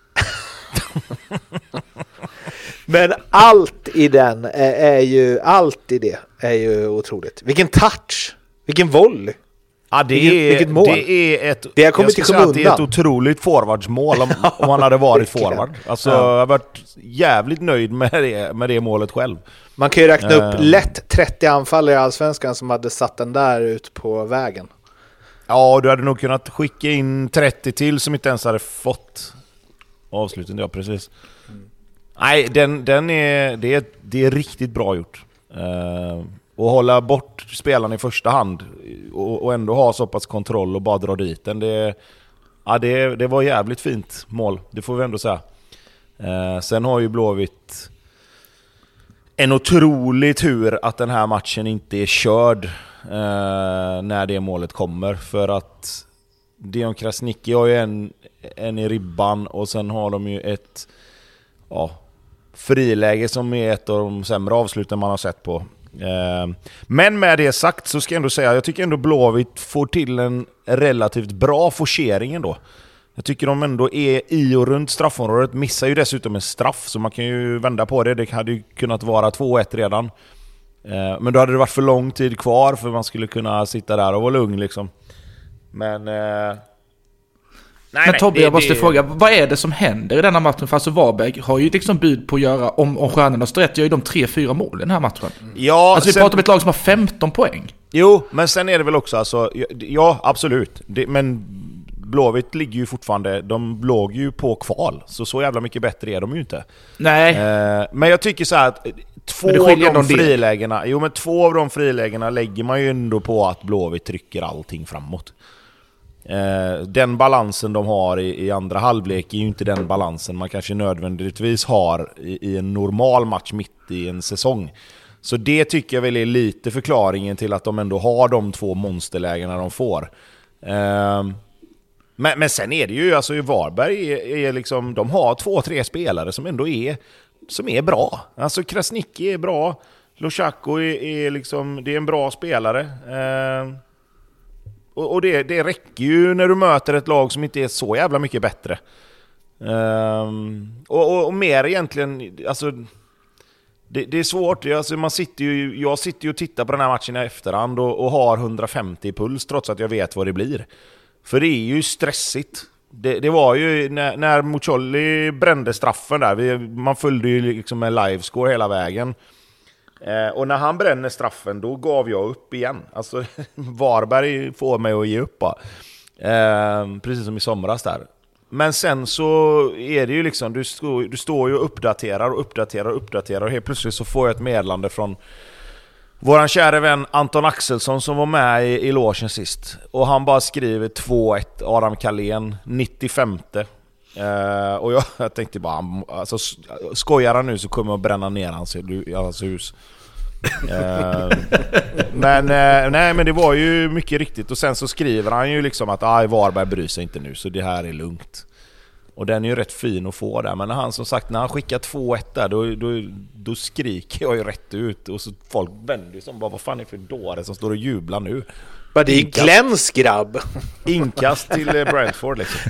Men allt i den är, är ju allt i det är ju otroligt. Vilken touch. Vilken volley. Ja, det vilket, är, vilket mål. Det är ett, det jag jag ska säga att det är ett otroligt forwardsmål om, om han hade varit forward. Alltså, ja. Jag har varit jävligt nöjd med det, med det målet själv. Man kan ju räkna uh, upp lätt trettio anfallare i Allsvenskan som hade satt den där ut på vägen. Ja, du hade nog kunnat skicka in trettio till som inte ens hade fått avsluten. Ja, precis. Mm. Nej, den, den är, det, är, det är riktigt bra gjort. Uh, och hålla bort spelarna i första hand och, och ändå ha så pass kontroll och bara dra dit den. Det, ja, det, det var jävligt fint mål, det får vi ändå säga. Uh, sen har ju Blåvitt en otrolig tur att den här matchen inte är körd Uh, när det målet kommer, för att Dejan Krasniqi har ju en, en i ribban och sen har de ju ett ja, friläge som är ett av de sämre avsluten man har sett på. Uh, men med det sagt så ska jag ändå säga, jag tycker ändå Blåvitt får till en relativt bra forcering ändå. Jag tycker de ändå är i och runt straffområdet, missar ju dessutom en straff så man kan ju vända på det, det hade ju kunnat vara två ett redan. Men då hade det varit för lång tid kvar för man skulle kunna sitta där och vara lugn liksom. Men eh... nej, Men Tobbe, nej, jag måste det... fråga, vad är det som händer i denna matchen? För alltså Varberg har ju liksom bud på att göra, om, om stjärnorna står rätt, gör ju de tre fyra mål i den här matchen. Ja, alltså vi sen... pratar om ett lag som har femton poäng. Jo, men sen är det väl också alltså, ja, absolut. Det, men Blåvitt ligger ju fortfarande, de låg ju på kval, så så jävla mycket bättre är de ju inte. Nej. Eh, men jag tycker så här att två av de frilägena, jo men två av de frilägena lägger man ju ändå på att Blåvitt trycker allting framåt. Eh, den balansen de har i, i andra halvlek är ju inte den balansen man kanske nödvändigtvis har i, i en normal match mitt i en säsong. Så det tycker jag väl är lite förklaringen till att de ändå har de två monsterlägena de får. Eh, Men, men sen är det ju, alltså i Varberg är, är liksom, de har två, tre spelare som ändå är, som är bra. Alltså Krasniqi är bra, Lushaku är, är liksom, det är en bra spelare. Eh, och och det, det räcker ju när du möter ett lag som inte är så jävla mycket bättre. Eh, och, och, och mer egentligen, alltså det, det är svårt. Alltså man sitter ju, jag sitter ju och tittar på den här matchen i efterhand och, och har hundrafemtio puls trots att jag vet vad det blir. För det är ju stressigt. Det, det var ju när, när Mucholli brände straffen där. Vi, man följde ju liksom en livescore hela vägen. Eh, och när han bränner straffen, då gav jag upp igen. Alltså Varberg får mig att ge upp. Eh, precis som i somras där. Men sen så är det ju liksom, du, stå, du står ju och uppdaterar och uppdaterar och uppdaterar. Och helt plötsligt så får jag ett meddelande från våran kära vän Anton Axelsson som var med i, i logen sist. Och han bara skriver två ett Adam Kalén, nittiofemte. Uh, och jag, jag tänkte bara, alltså, skojar han nu så kommer jag bränna ner hans, hans hus. uh, men uh, nej, men det var ju mycket riktigt. Och sen så skriver han ju liksom att ah, Varberg bryr sig inte nu, så det här är lugnt. Och den är ju rätt fin att få där. Men när han som sagt, när han skickar två ett där, då, då, då skriker jag ju rätt ut. Och så folk vänder som bara, vad fan är det för dåre som står och jublar nu? Men det är Inkast. Glens grabb. Inkast till Brentford liksom.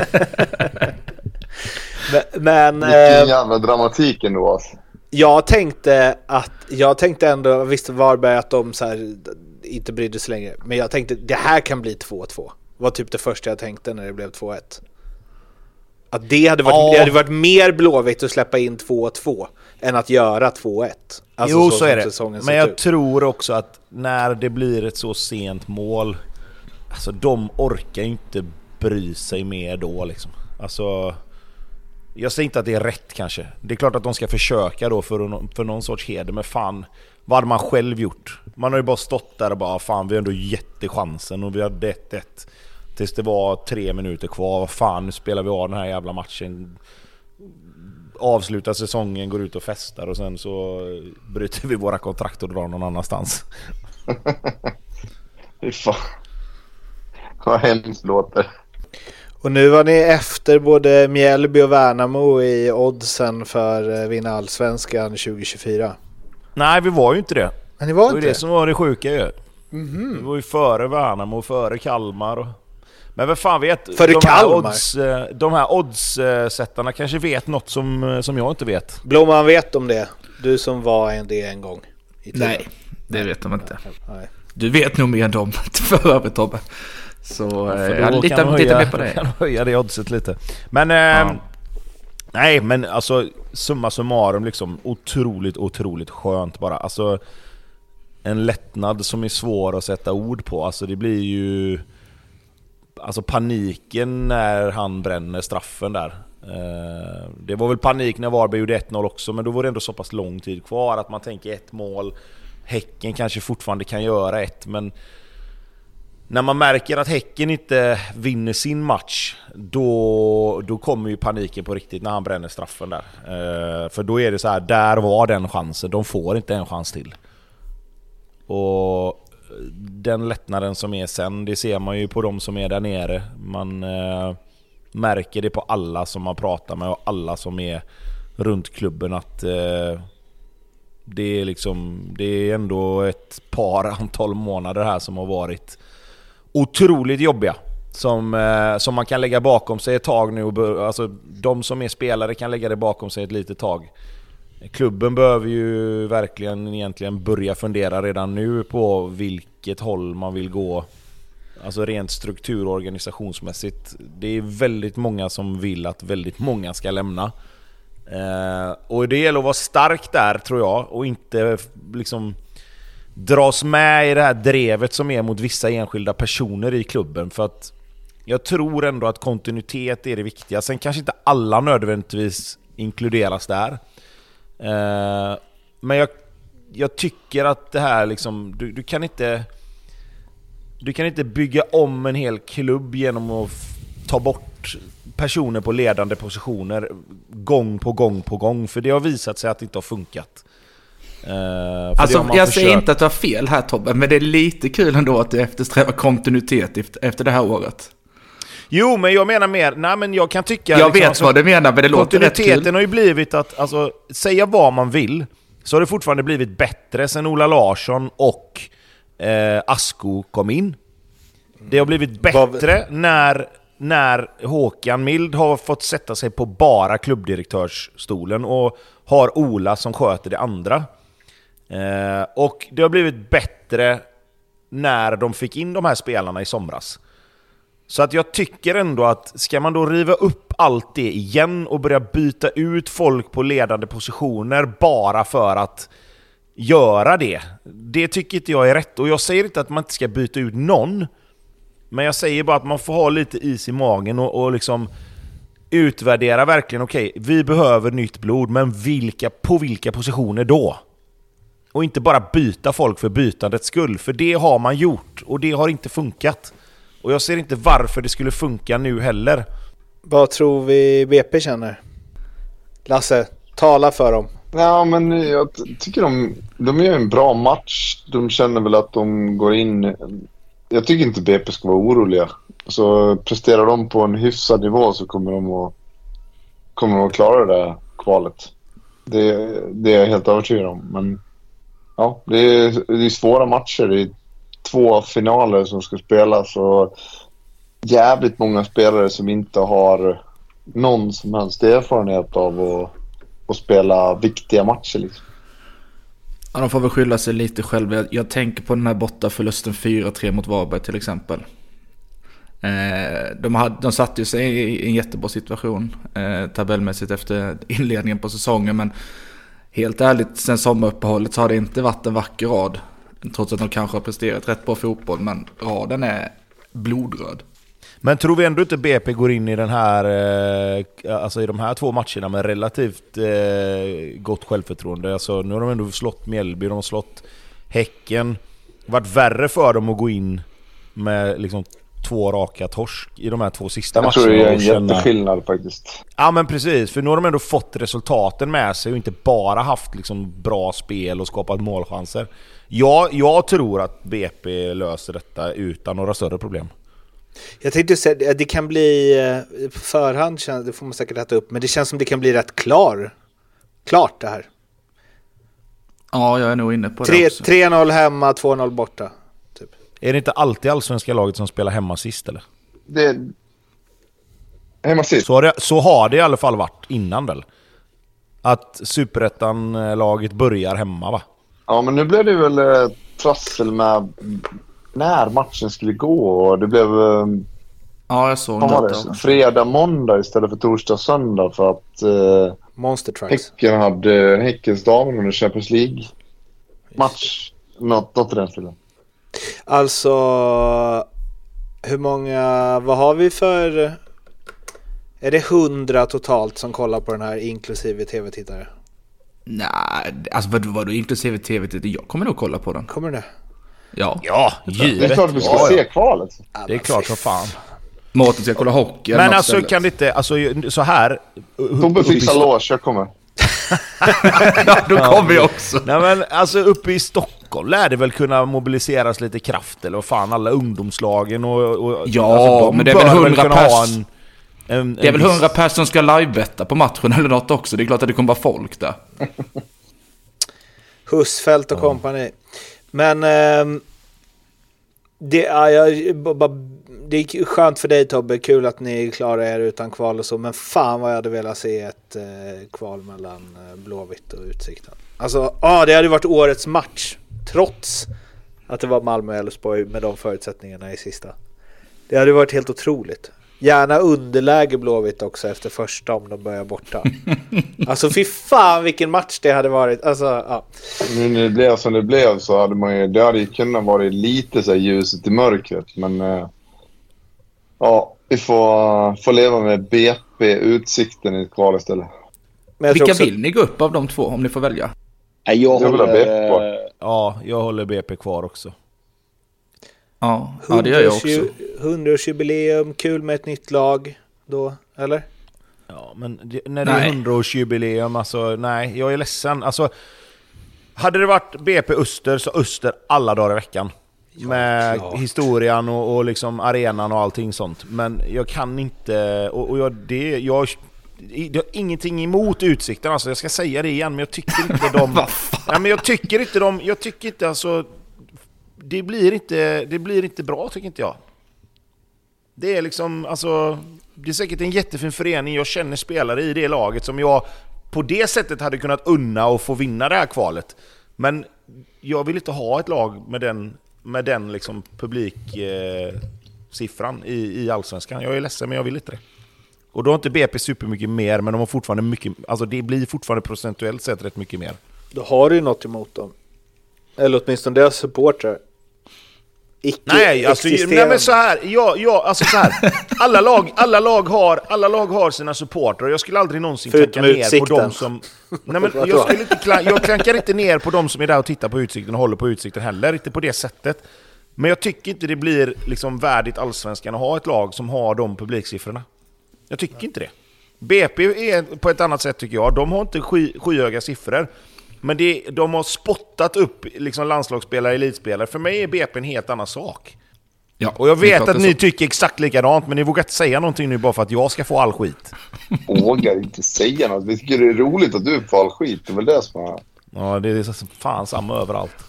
men men vilken jävla dramatik ändå alltså. Jag tänkte att jag tänkte ändå, visst Varberg att de så här inte brydde sig längre, men jag tänkte det här kan bli två två. Var typ det första jag tänkte när det blev två ett. Att det hade varit, ja. det hade varit mer Blåvitt att släppa in två två än att göra två ett. Alltså jo, så, så är det. Men jag ut. tror också att när det blir ett så sent mål, alltså de orkar inte bry sig mer då liksom. Alltså, jag säger inte att det är rätt kanske. Det är klart att de ska försöka då för, för någon sorts heder, men fan, vad hade man själv gjort? Man har ju bara stått där och bara, fan vi har ändå jättechansen och vi hade ett ett tills det var tre minuter kvar. Vad fan, nu spelar vi av den här jävla matchen. Avslutar säsongen, går ut och festar och sen så bryter vi våra kontrakt och drar någon annanstans. Fy fan. Vad hemskt låter. Och nu var ni efter både Mjällby och Värnamo i oddsen för vinna allsvenskan tjugo tjugofyra. Nej, vi var ju inte det. Men ni var det var inte det som var det sjuka ju. Mm-hmm. Vi var ju före Värnamo och före Kalmar. Och... Men vem fan vet? Före de Kalmar? Här odds, de här oddssättarna kanske vet något som, som jag inte vet. Blomman vet om det. Du som var en det en gång. I Nej, det vet de inte. Nej. Du vet nog mer än dem för övrigt, Tobbe. Så ja, jag litar lite mer på det. Kan höja det oddset lite. Men ja. eh, nej, men alltså summa summarum liksom otroligt otroligt skönt bara. Alltså en lättnad som är svår att sätta ord på. Alltså det blir ju alltså paniken när han bränner straffen där. Eh, det var väl panik när Varberg gjorde ett noll också, men då var det ändå så pass lång tid kvar att man tänker ett mål. Häcken kanske fortfarande kan göra ett, men när man märker att Häcken inte vinner sin match, då, då kommer ju paniken på riktigt när han bränner straffen där. Eh, för då är det så här, där var den chansen, de får inte en chans till. Och den lättnaden som är sen, det ser man ju på de som är där nere. Man eh, märker det på alla som man pratar med och alla som är runt klubben att eh, det är liksom, det är ändå ett par antal månader här som har varit otroligt jobbiga, som, eh, som man kan lägga bakom sig ett tag nu. Alltså de som är spelare kan lägga det bakom sig ett litet tag. Klubben behöver ju verkligen egentligen börja fundera redan nu på vilket håll man vill gå. Alltså rent struktur- och organisationsmässigt. Det är väldigt många som vill att väldigt många ska lämna. Eh, och det gäller att vara stark där, tror jag, och inte liksom dras med i det här drevet som är mot vissa enskilda personer i klubben. För att jag tror ändå att kontinuitet är det viktiga. Sen kanske inte alla nödvändigtvis inkluderas där. Uh, men jag, jag tycker att det här liksom, du, du kan inte du kan inte bygga om en hel klubb genom att f- ta bort personer på ledande positioner gång på gång på gång, för det har visat sig att det inte har funkat. Uh, alltså jag försökt. säger inte att du har fel här, Tobbe, men det är lite kul ändå att du eftersträvar kontinuitet efter, efter det här året. Jo, men jag menar mer, nej men jag kan tycka... Jag liksom, vet alltså, vad du menar, men det låter rätt kul. Kontinuiteten har ju blivit att, alltså, säga vad man vill, så har det fortfarande blivit bättre sen Ola Larsson och eh, Asko kom in. Det har blivit bättre när, när Håkan Mild har fått sätta sig på bara klubbdirektörsstolen och har Ola som sköter det andra. Eh, och det har blivit bättre när de fick in de här spelarna i somras. Så att jag tycker ändå att ska man då riva upp allt det igen och börja byta ut folk på ledande positioner bara för att göra det, det tycker inte jag är rätt. Och jag säger inte att man inte ska byta ut någon, men jag säger bara att man får ha lite is i magen och, och liksom utvärdera verkligen, okej, okay, vi behöver nytt blod, men vilka, på vilka positioner då? Och inte bara byta folk för bytandets skull, för det har man gjort och det har inte funkat. Och jag ser inte varför det skulle funka nu heller. Vad tror vi B P känner? Lasse, tala för dem. Ja, men jag t- tycker de, de gör en bra match. De känner väl att de går in... Jag tycker inte B P ska vara oroliga. Så presterar de på en hyfsad nivå så kommer de att, kommer de att klara det där kvalet. Det, det är jag helt övertygad om. Men ja, det är, det är svåra matcher. Det är två finaler som ska spelas och jävligt många spelare som inte har någon som helst erfarenhet av att, att spela viktiga matcher liksom. Ja, de får väl skylla sig lite själva. Jag, jag tänker på den här borta förlusten fyra tre mot Varberg till exempel. Eh, de, hade, de satte ju sig i, i en jättebra situation eh, tabellmässigt efter inledningen på säsongen, men helt ärligt, sen sommaruppehållet så har det inte varit en vacker rad. Trots att de kanske har presterat rätt bra fotboll, men raden är blodröd. Men tror vi ändå inte B P går in i den här eh, alltså i de här två matcherna med relativt eh, gott självförtroende? Alltså, nu har de ändå slått Mjällby, de har slått Häcken. Det har varit värre för dem att gå in med liksom två raka torsk i de här två sista jag matcherna. Jag tror det är en känna... jätteskillnad faktiskt. Ja men precis, för nu har de ändå fått resultaten med sig och inte bara haft liksom bra spel och skapat målchanser. Jag, jag tror att B P löser detta utan några större problem. Jag tänkte säga att det kan bli på förhand, det får man säkert äta upp, men det känns som det kan bli rätt klar. Klart det här. Ja, jag är nog inne på tre, det också. tre noll hemma, två noll borta. Typ. Är det inte alltid allsvenska laget som spelar hemma sist eller? Det... Hemma sist. Så har, det, så har det i alla fall varit innan väl? Att Superettan-laget börjar hemma va? Ja, men nu blev det väl eh, trassel med när matchen skulle gå. Och det blev eh, ja, jag såg vad var det. det? Fredag, måndag istället för torsdag, söndag. För att eh, Monster Trucks. Häcken hade Häckens damer under Champions League-match. Något, något i den stilen. Alltså, hur många, vad har vi för, är det hundra totalt som kollar på den här inklusive tv-tittare? Nej, alltså vad, vad du inklusive tv-tittare, jag kommer nog kolla på den. Kommer det? Ja. Ja, givet. Det är klart vi ska ja, se ja. kvalet. Det är klart som fan. Måten ska kolla hockey. Men alltså stället. Kan det inte, alltså så här. Tobbe fixar lås, jag kommer. Ja, då kommer jag också. Nej men alltså uppe i Stockholm lär det väl kunna mobiliseras lite kraft eller vad fan, alla ungdomslagen och, och ja, alltså, de men det är väl hundra pers. En, en, en det är väl viss... hundra pers som ska livebetta på matchen eller något också. Det är klart att det kommer vara folk där. Husfeldt och ja. kompani. Men eh, det, är, jag, bara, det är skönt för dig Tobbe, kul att ni klarar er utan kval och så, men fan vad jag hade velat se ett eh, kval mellan eh, Blåvitt och Utsikten. Alltså, ah, det hade varit årets match trots att det var Malmö och Elfsborg med de förutsättningarna i sista. Det hade varit helt otroligt. Gärna underläge Blåvitt också efter första om de börjar borta. Alltså fy fan vilken match det hade varit. Alltså, ja. Nu när det blev som det blev så hade man ju, det hade ju kunnat vara lite så här ljuset i mörkret. Men äh, ja, vi får, får leva med B P Utsikten i ett kval istället. Men vilka också... vill ni gå upp av de två om ni får välja? Jag, jag håller B P kvar. Ja, jag håller B P kvar också. Ja, ja, det gör jag också. hundraårsjubileum, kul med ett nytt lag då, eller? Ja, men det, när det nej. är hundraårsjubileum, alltså nej, jag är ledsen. Alltså, hade det varit B P Öster så Öster alla dagar i veckan. Ja, med klart. Historien och, och liksom arenan och allting sånt. Men jag kan inte, och, och jag, det, jag, jag har ingenting emot Utsikten, alltså jag ska säga det igen, men jag tycker inte de... nej, men jag tycker inte de, jag tycker inte alltså... Det blir inte, det blir inte bra tycker inte jag. Det är liksom, alltså, det är säkert en jättefin förening. Jag känner spelare i det laget som jag på det sättet hade kunnat unna och få vinna det här kvalet. Men jag vill inte ha ett lag med den, med den liksom publiksiffran eh, i, i Allsvenskan. Jag är ledsen, men jag vill inte det. Och då har inte B P supermycket mer, men de har fortfarande mycket, alltså det blir fortfarande procentuellt sett rätt mycket mer. Då har du ju något emot dem. Eller åtminstone deras supportrar. Icke nej, alltså, nej men så här, ja, ja, alltså så här. Alla lag, alla lag har, alla lag har sina supportrar. Jag skulle aldrig någonsin klanka ner Utsikten. På dem som nej men jag skulle inte klanka, jag klankar inte ner på dem som är där och tittar på Utsikten och håller på Utsikten heller, inte på det sättet. Men jag tycker inte det blir liksom värdigt Allsvenskan att ha ett lag som har de publiksiffrorna. Jag tycker inte det. B P är på ett annat sätt tycker jag. De har inte sky, skyhöga siffror. Men det, de har spottat upp liksom landslagsspelare, elitspelare. För mig är B P en helt annan sak. Ja, och jag vet att ni så. tycker exakt likadant, men ni vågar inte säga någonting nu bara för att jag ska få all skit. Vågar inte säga något. Vi tycker det är roligt att du får all skit. Det är väl det som är... Ja, det är så fan samma överallt.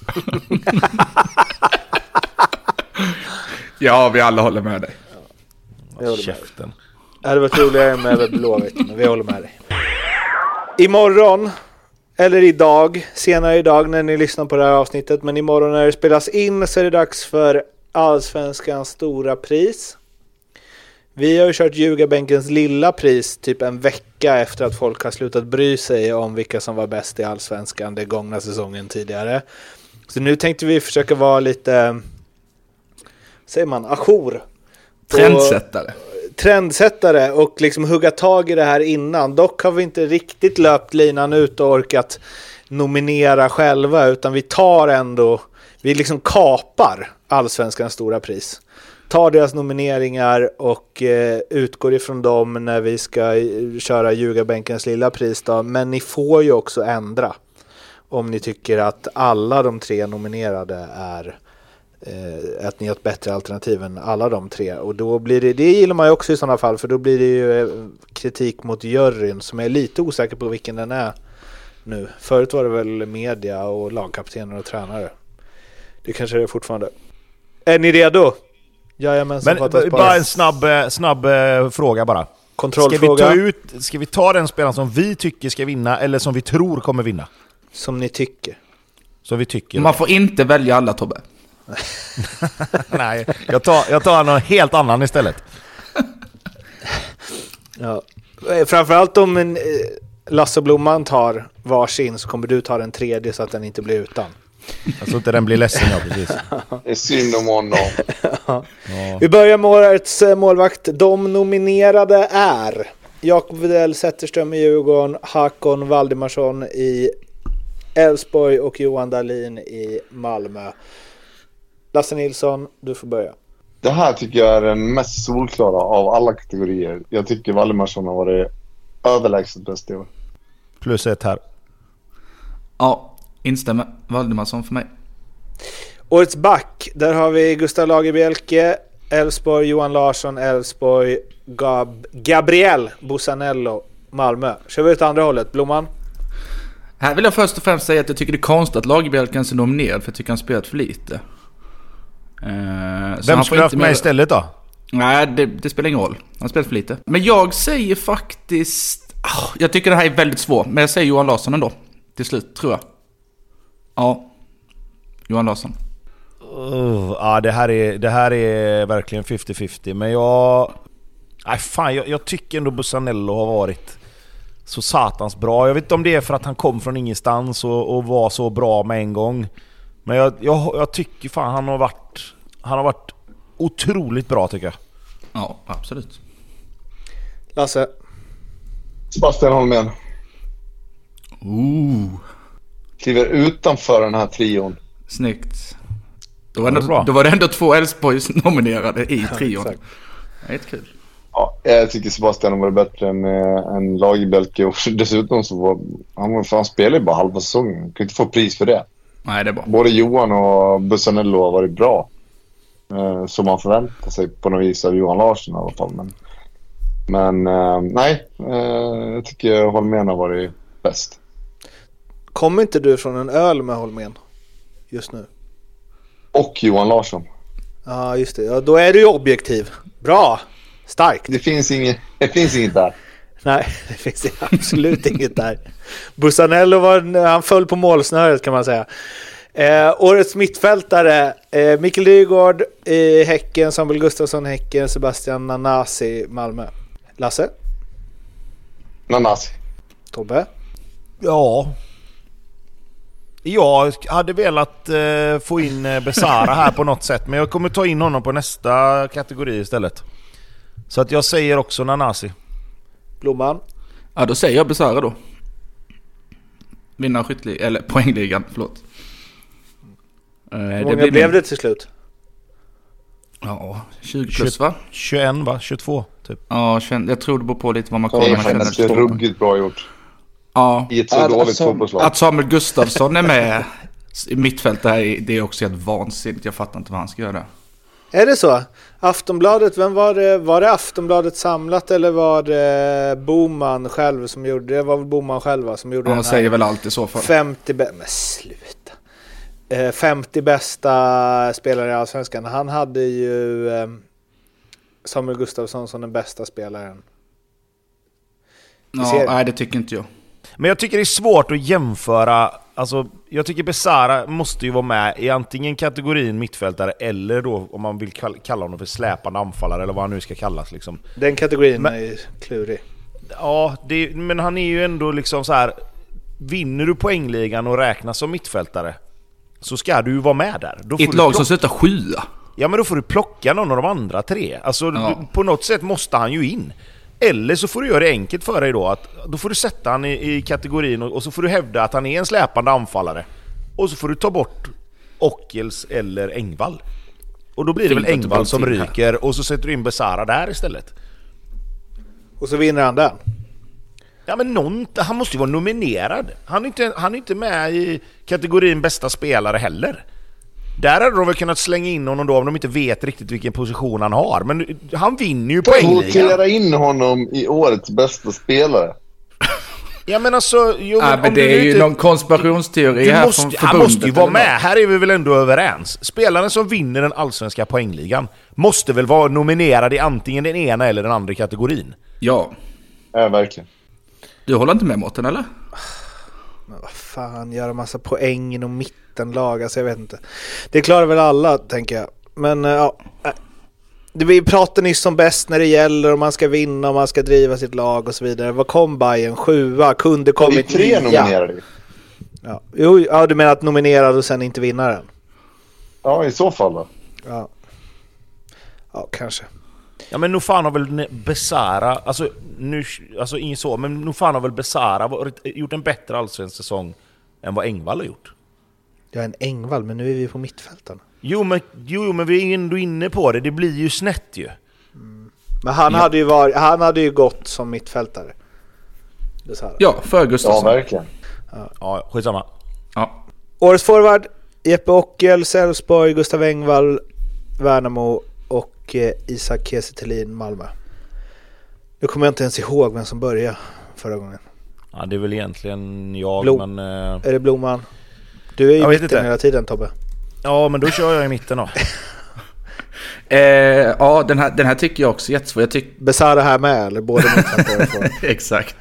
Ja, vi alla håller med dig. Ja, käften. Det hade varit roligare med Blåvitt, men vi håller med dig. Imorgon... Eller idag, senare idag när ni lyssnar på det här avsnittet. Men imorgon när det spelas in så är det dags för Allsvenskans stora pris. Vi har ju kört Ljugarbänkens lilla pris typ en vecka efter att folk har slutat bry sig om vilka som var bäst i Allsvenskan den gångna säsongen tidigare. Så nu tänkte vi försöka vara lite, säger man, ajour Trendsättare. Och, trendsättare och liksom hugga tag i det här innan. Dock har vi inte riktigt löpt linan ut och orkat nominera själva, utan vi tar ändå, vi liksom kapar Allsvenskans stora pris. Tar deras nomineringar och eh, utgår ifrån dem när vi ska köra Ljugarbänkens lilla pris då. Men ni får ju också ändra om ni tycker att alla de tre nominerade är eh, att ni har ett bättre alternativ än alla de tre. Och då blir det, det gillar man ju också i sådana fall, för då blir det ju eh, kritik mot juryn som är lite osäker på vilken den är nu. Förut var det väl media och lagkaptener och tränare. Det kanske det är fortfarande. Är ni redo? Jajamensan, men bara, bara en snabb, snabb uh, fråga bara. Kontrollfråga. Ska vi ta ut, ska vi ta den spelaren som vi tycker ska vinna eller som vi tror kommer vinna? Som ni tycker. Som vi tycker. Man får inte välja alla, Tobbe. Nej, jag tar, jag tar någon helt annan istället. Ja. Framförallt om en, Lasse och Blomman tar varsin, så kommer du ta den tredje så att den inte blir utan. Alltså inte den blir ledsen, ja, precis. Det är synd om honom. Ja. Vi börjar med årets målvakt. De nominerade är Jakob Widell Zetterström i Djurgården, Hakon Valdimarsson i Elfsborg och Johan Dahlin i Malmö. Lasse Nilsson, du får börja. Det här tycker jag är den mest solklara av alla kategorier. Jag tycker Valdimarsson har varit överlägset bäst i år. Plus ett här. Ja. Instämmer. Valdimarsson för mig. Årets back, där har vi Gustav Lagerbielke, Elfsborg, Johan Larsson, Elfsborg, Gab- Gabriel Bussanello, Malmö. Kör vi ut andra hållet, Blomman? Här vill jag först och främst säga att jag tycker det är konstigt att Lagerbielke är nominerad, för jag tycker han spelat för lite. Uh, Vem skulle haft med istället då? Nej, det, det spelar ingen roll. Han spelat för lite. Men jag säger faktiskt... Oh, jag tycker det här är väldigt svårt, men jag säger Johan Larsson ändå. Till slut, tror jag. Ja, Johan Larsson. Uh, ja, det här är det här är verkligen femtio femtio, men jag nej fan, jag, jag tycker ändå Bussanello har varit så satans bra. Jag vet inte om det är för att han kom från ingenstans och, och var så bra med en gång. Men jag, jag, jag tycker fan han har varit han har varit otroligt bra, tycker jag. Ja, absolut. Lasse. Sebastian Holmén. Ooh. Kliver utanför den här trion. Snyggt. Då var, ändå, då var det ändå två Elfsborgs nominerade i trion. Ja, det är kul. Ja, jag tycker Sebastian var bättre än, än Lagerbielke, och dessutom så var han, han spelade bara halva säsongen. Han kunde inte få pris för det. Nej, det är bra. Både Johan och Bussanello har varit bra. Eh, som man förväntar sig på något vis av Johan Larsson i alla fall. Men, men eh, nej, eh, jag tycker Holmén har varit bäst. Kommer inte du från en öl med Holmén just nu? Och Johan Larsson. Ja, just det. Ja, då är du ju objektiv. Bra. Starkt. Det finns inget, det finns inget där. Nej, det finns absolut inget där. Bussanello var, han föll på målsnöret, kan man säga. Eh, årets mittfältare, eh, Mikael Dyrgård i Häcken, Samuel Gustafsson Häcken, Sebastian Nanasi Malmö. Lasse? Nanasi. Tobbe? Ja. Jag hade velat eh, få in eh, Besara här på något sätt, men jag kommer ta in honom på nästa kategori istället. Så att jag säger också Nanasi. Blomman? Ja, då säger jag Besara då. Vinnar skyttligan, eller poängligan, förlåt. Eh, Hur det många blir blev min... det till slut? Ja, tjugo plus va? tjugoett va? tjugotvå typ. Ja, jag tror det beror på lite vad man kollar. Det är Man faktiskt ruggigt bra gjort. Ja. I ett så Att- dåligt alltså, fotbollslag. Att Samuel Gustafsson är med i mittfältet här, det är också helt vansinnigt. Jag fattar inte vad han ska göra där. Är det så? Aftonbladet, vem var det? Var det Aftonbladet samlat eller var det Boman själv som gjorde det? Det var väl Boman själva som gjorde Han den här säger väl alltid så för. femtio bä- Men sluta. Eh, femtio bästa spelare i Allsvenskan. Han hade ju eh, Samuel Gustafsson som den bästa spelaren. Ja, ser- nej, det tycker inte jag. Men jag tycker det är svårt att jämföra. Alltså, jag tycker Besara måste ju vara med i antingen kategorin mittfältare eller då, om man vill kall- kalla honom för släpande anfallare eller vad han nu ska kallas liksom. Den kategorin Men- är klurig. Ja, det, men han är ju ändå liksom så här. Vinner du poängligan och räknas som mittfältare, så ska du ju vara med där. Då I får ett du lag plocka- som slutar sjua. ja men då får du plocka någon av de andra tre. Alltså Ja. du, på något sätt måste han ju in. Eller så får du göra det enkelt för dig då, att då får du sätta han i, i kategorin och, och så får du hävda att han är en släpande anfallare. Och så får du ta bort Ockels eller Engvall. Och då blir det Fint väl att du Engvall bara som till här. ryker och så sätter du in Besara där istället. Och så vinner han den. Ja men någon, han måste ju vara nominerad. Han är inte, han är inte med i kategorin bästa spelare heller. Där hade de väl kunnat slänga in honom då om de inte vet riktigt vilken position han har. Men han vinner ju poängligan. Kvotera in honom i årets bästa spelare. Ja men alltså... Jo, Ja, men men om det du är ju inte, någon konspirationsteori du här måste, från han förbundet. måste ju vara eller med. något. Här är vi väl ändå överens. Spelaren som vinner den allsvenska poängligan måste väl vara nominerad i antingen den ena eller den andra kategorin. Ja. Ja, verkligen. Du håller inte med Mårten, eller? Men vad fan, göra massa poäng inom mittenlag, alltså jag vet inte. Det klarar väl alla, tänker jag. Men ja, det vi pratade nyss om bäst när det gäller om man ska vinna, om man ska driva sitt lag och så vidare. Vad kom Bayern? Sjua, kunde Har vi kommit tre nia. nominerade? Ja. Jo, ja, du menar att nominerad och sen inte vinna den? Ja, i så fall då. Ja, ja kanske. Ja men nog fan har väl Besara, alltså nu, alltså ingen så, men nog fan har väl Besara varit, gjort en bättre allsvensk säsong än vad Engvall har gjort. Jag är en Engvall, men nu är vi på mittfälten. Jo men, jo men vi är ändå inne på det, det blir ju snett ju. Men han, Ja. hade ju varit, han hade ju gått som mittfältare. Det är så här. Ja, för Ja, Gustafsson. verkligen. Ja, skitsamma. Ja. Årets forward, Jeppe Ockel, Elfsborg, Gustav Engvall, Värnamo och eh, Isak Kiese Thelin, Malmö. Nu kommer jag inte ens ihåg vem som började förra gången. Ja, det är väl egentligen jag, Blom. men... Eh, Är det Blomman? Du är ju Jag vet mitten inte. hela tiden, Tobbe. ja, men då kör jag i mitten då. Eh, ja, den här, den här tycker jag också är jättesvår. Jag tycker... Besara här med, eller båda mittfältare får. Exakt.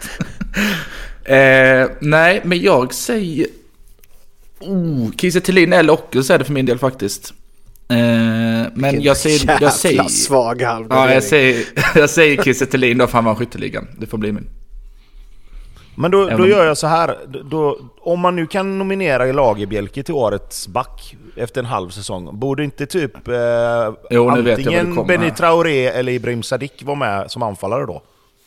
eh, nej, men jag säger... Oh, Kiese Thelin eller Ockel är det för min del faktiskt. Eh, men jag säger... Jävla Jag säger svag halv. ja, jag säger, jag säger Kiese Thelin då, för han vann skytteligan. Det får bli min. Men då, Även då om- gör jag så här. Då, om man nu kan nominera Lagerbielke till årets back efter en halv säsong, borde inte typ eh, Jo, nu vet jag vad det antingen kommer Benny här. Traoré eller Ibrahim Sadiq vara med som anfallare då?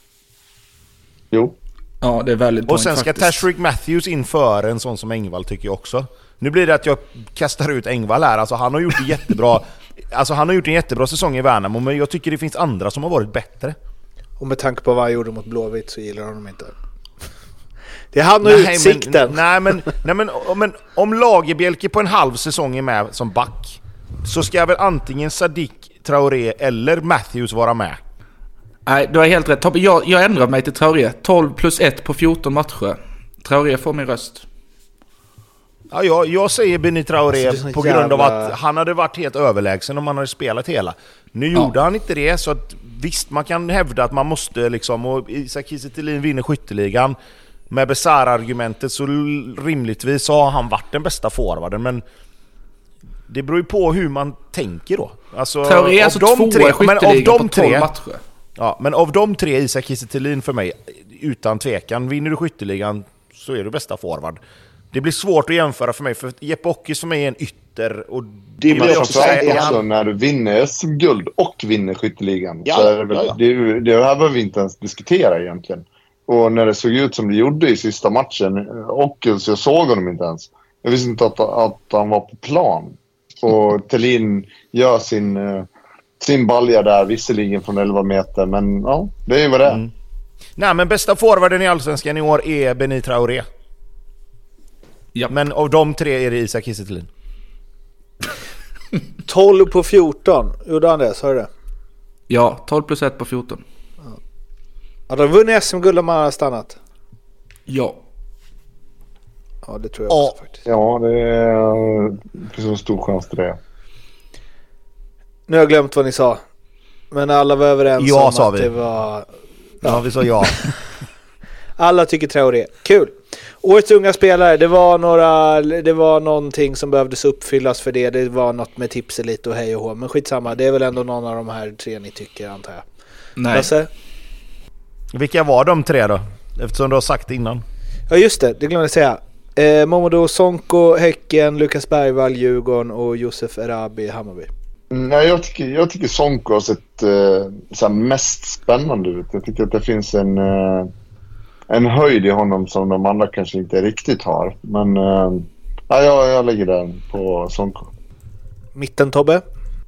Jo. Ja, det är väldigt Och point sen ska faktiskt. Tashreeq Matthews inför en sån som Engvall, tycker jag också. Nu blir det att jag kastar ut Engvall här. Alltså han har gjort det jättebra. Alltså han har gjort en jättebra säsong i Värnamo, men jag tycker det finns andra som har varit bättre. Och med tanke på vad han gjorde mot Blåvitt så gillar honom inte. Det är han och Nej, utsikten. Men, nej, men, nej men, men om Lagerbielke på en halv säsong är med som back, så ska väl antingen Sadiq, Traoré eller Matthews vara med. Nej, du har helt rätt. Tobbe, jag, jag ändrar mig till Traoré. tolv plus ett på fjorton matcher. Traoré får min röst. Ja, jag, jag säger Benny Traoré Alltså, det är så på grund av jävla- att han hade varit helt överlägsen om han hade spelat hela. Nu Ja. gjorde han inte det, så att visst, man kan hävda att man måste liksom, och Isak Kiese Thelin vinner skytteligan. Med Besara-argumentet så l- rimligtvis så har han varit den bästa forwarden, men det beror ju på hur man tänker då. Alltså, Traoré är av alltså de tvåa tre- i men av skytteligan de på tolv tre- matcher. Ja, men av de tre, Isak Kiese Thelin för mig, utan tvekan, vinner du skytteligan så är du bästa forward. Det blir svårt att jämföra för mig, för Jeppe Ockels för mig är en ytter. Och Det vill blir jag också säga, också han- när du vinner S M-guld och vinner skytteligan. Ja, Så är det, väl, ja, ja. Det, är ju- det här behöver vi inte ens diskutera egentligen. Och när det såg ut som det gjorde i sista matchen, Ockels, jag såg honom inte ens. Jag visste inte att, att han var på plan. Och Thelin gör sin, eh, sin balja där, visserligen från elva meter. Men ja, det är ju vad det är. Mm. Nej, men bästa forwarden i Allsvenskan i år är Benny Traoré. Ja. Men av de tre är det Isak Kiese Thelin. tolv på fjorton. Gjorde han det? Sa du det? Ja, tolv plus ett på fjorton. Hade de vunnit S M-guld om man hade stannat? Ja. Ja, det tror jag Ja. också faktiskt. Ja, det är det finns en stor chans till det. Nu har jag glömt vad ni sa. Men alla var överens Ja, om sa att vi. det var... Ja, vi sa ja. Alla tycker Traoré. Kul! Årets unga spelare, det var några, det var någonting som behövdes uppfyllas för det. Det var något med Tipselit och hej och hå. Men skitsamma, det är väl ändå någon av de här tre ni tycker, antar jag. Nej. Lasse? Vilka var de tre då? Eftersom du har sagt det innan. Ja just det, det glömde jag säga. Eh, Momodou Sonko, Häcken, Lukas Bergvall, Djurgården och Josef Erabi, Hammarby. Nej, jag tycker, jag tycker Sonko har sett eh, så här mest spännande ut. Jag tycker att det finns en, eh, en höjd i honom som de andra kanske inte riktigt har. Men eh, ja, jag, jag lägger den på Sonko. Mitten, Tobbe?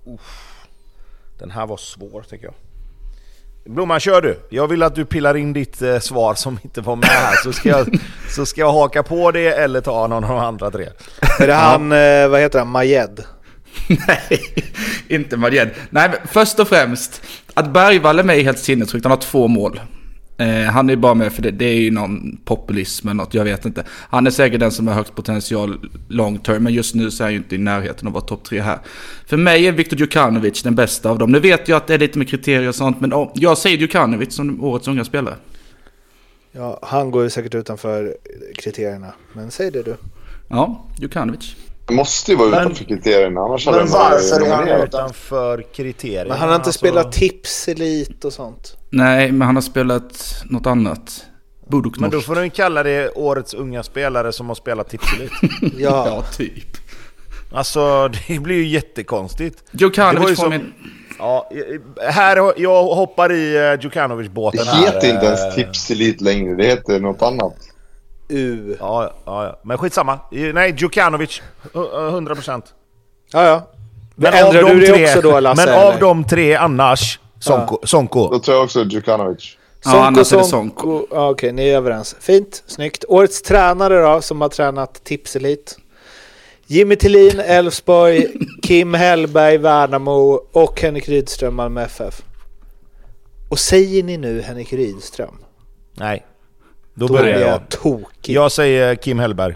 Den här var svår tycker jag. Blomman, kör du. Jag vill att du pillar in ditt eh, svar som inte var med här. Så ska, jag, så ska jag haka på det eller ta någon av de andra tre. Är det han, eh, vad heter han, Majed? Nej, inte Majed. Nej, men först och främst att Bergvall är med helt sinnessjukt. Han har två mål. Eh, han är bara med för det, det är ju någon populism eller något, jag vet inte. Han är säkert den som har högst potential long term, men just nu så är han ju inte i närheten av att vara topp tre här. För mig är Viktor Djukanovic den bästa av dem. Nu vet jag att det är lite med kriterier och sånt, men oh, jag säger Djukanovic som årets unga spelare. Ja, han går ju säkert utanför kriterierna, men säg det du. Ja, Djukanovic. Det måste ju vara Men- utanför kriterierna. Annars Men hade den varför varit är han nominerad. utanför kriterierna? Men han har inte Alltså, spelat tips, elit och sånt. Nej, men han har spelat något annat. Budok Men då Norsk. får du kalla det årets unga spelare som har spelat tipselit. Ja, Ja, typ. Alltså det blir ju jättekonstigt. Det var ju Djukanovic får som- min... Ja, här, jag hoppar i eh, Djukanovic-båten Det här. heter inte ens eh, tipselit längre. Det heter något annat. U. Ja, ja, ja. Men skitsamma. Nej, Djukanovic. hundra procent. Ja, ja. Men Ändrar av de du det tre, också då, Lasse? Men av eller? de tre annars, Sonko. Sonko. Då tror jag också Djukanovic. Ja, annars är det Sonko. Ja, okej, ni är överens. Fint, snyggt. Årets tränare då, som har tränat tipselit. Jimmy Tillin, Elfsborg, Kim Hellberg, Värnamo och Henrik Rydström, Malmö F F. Och säger ni nu Henrik Rydström? Nej. Då, Då börjar är jag. jag tokig. Jag säger Kim Hellberg.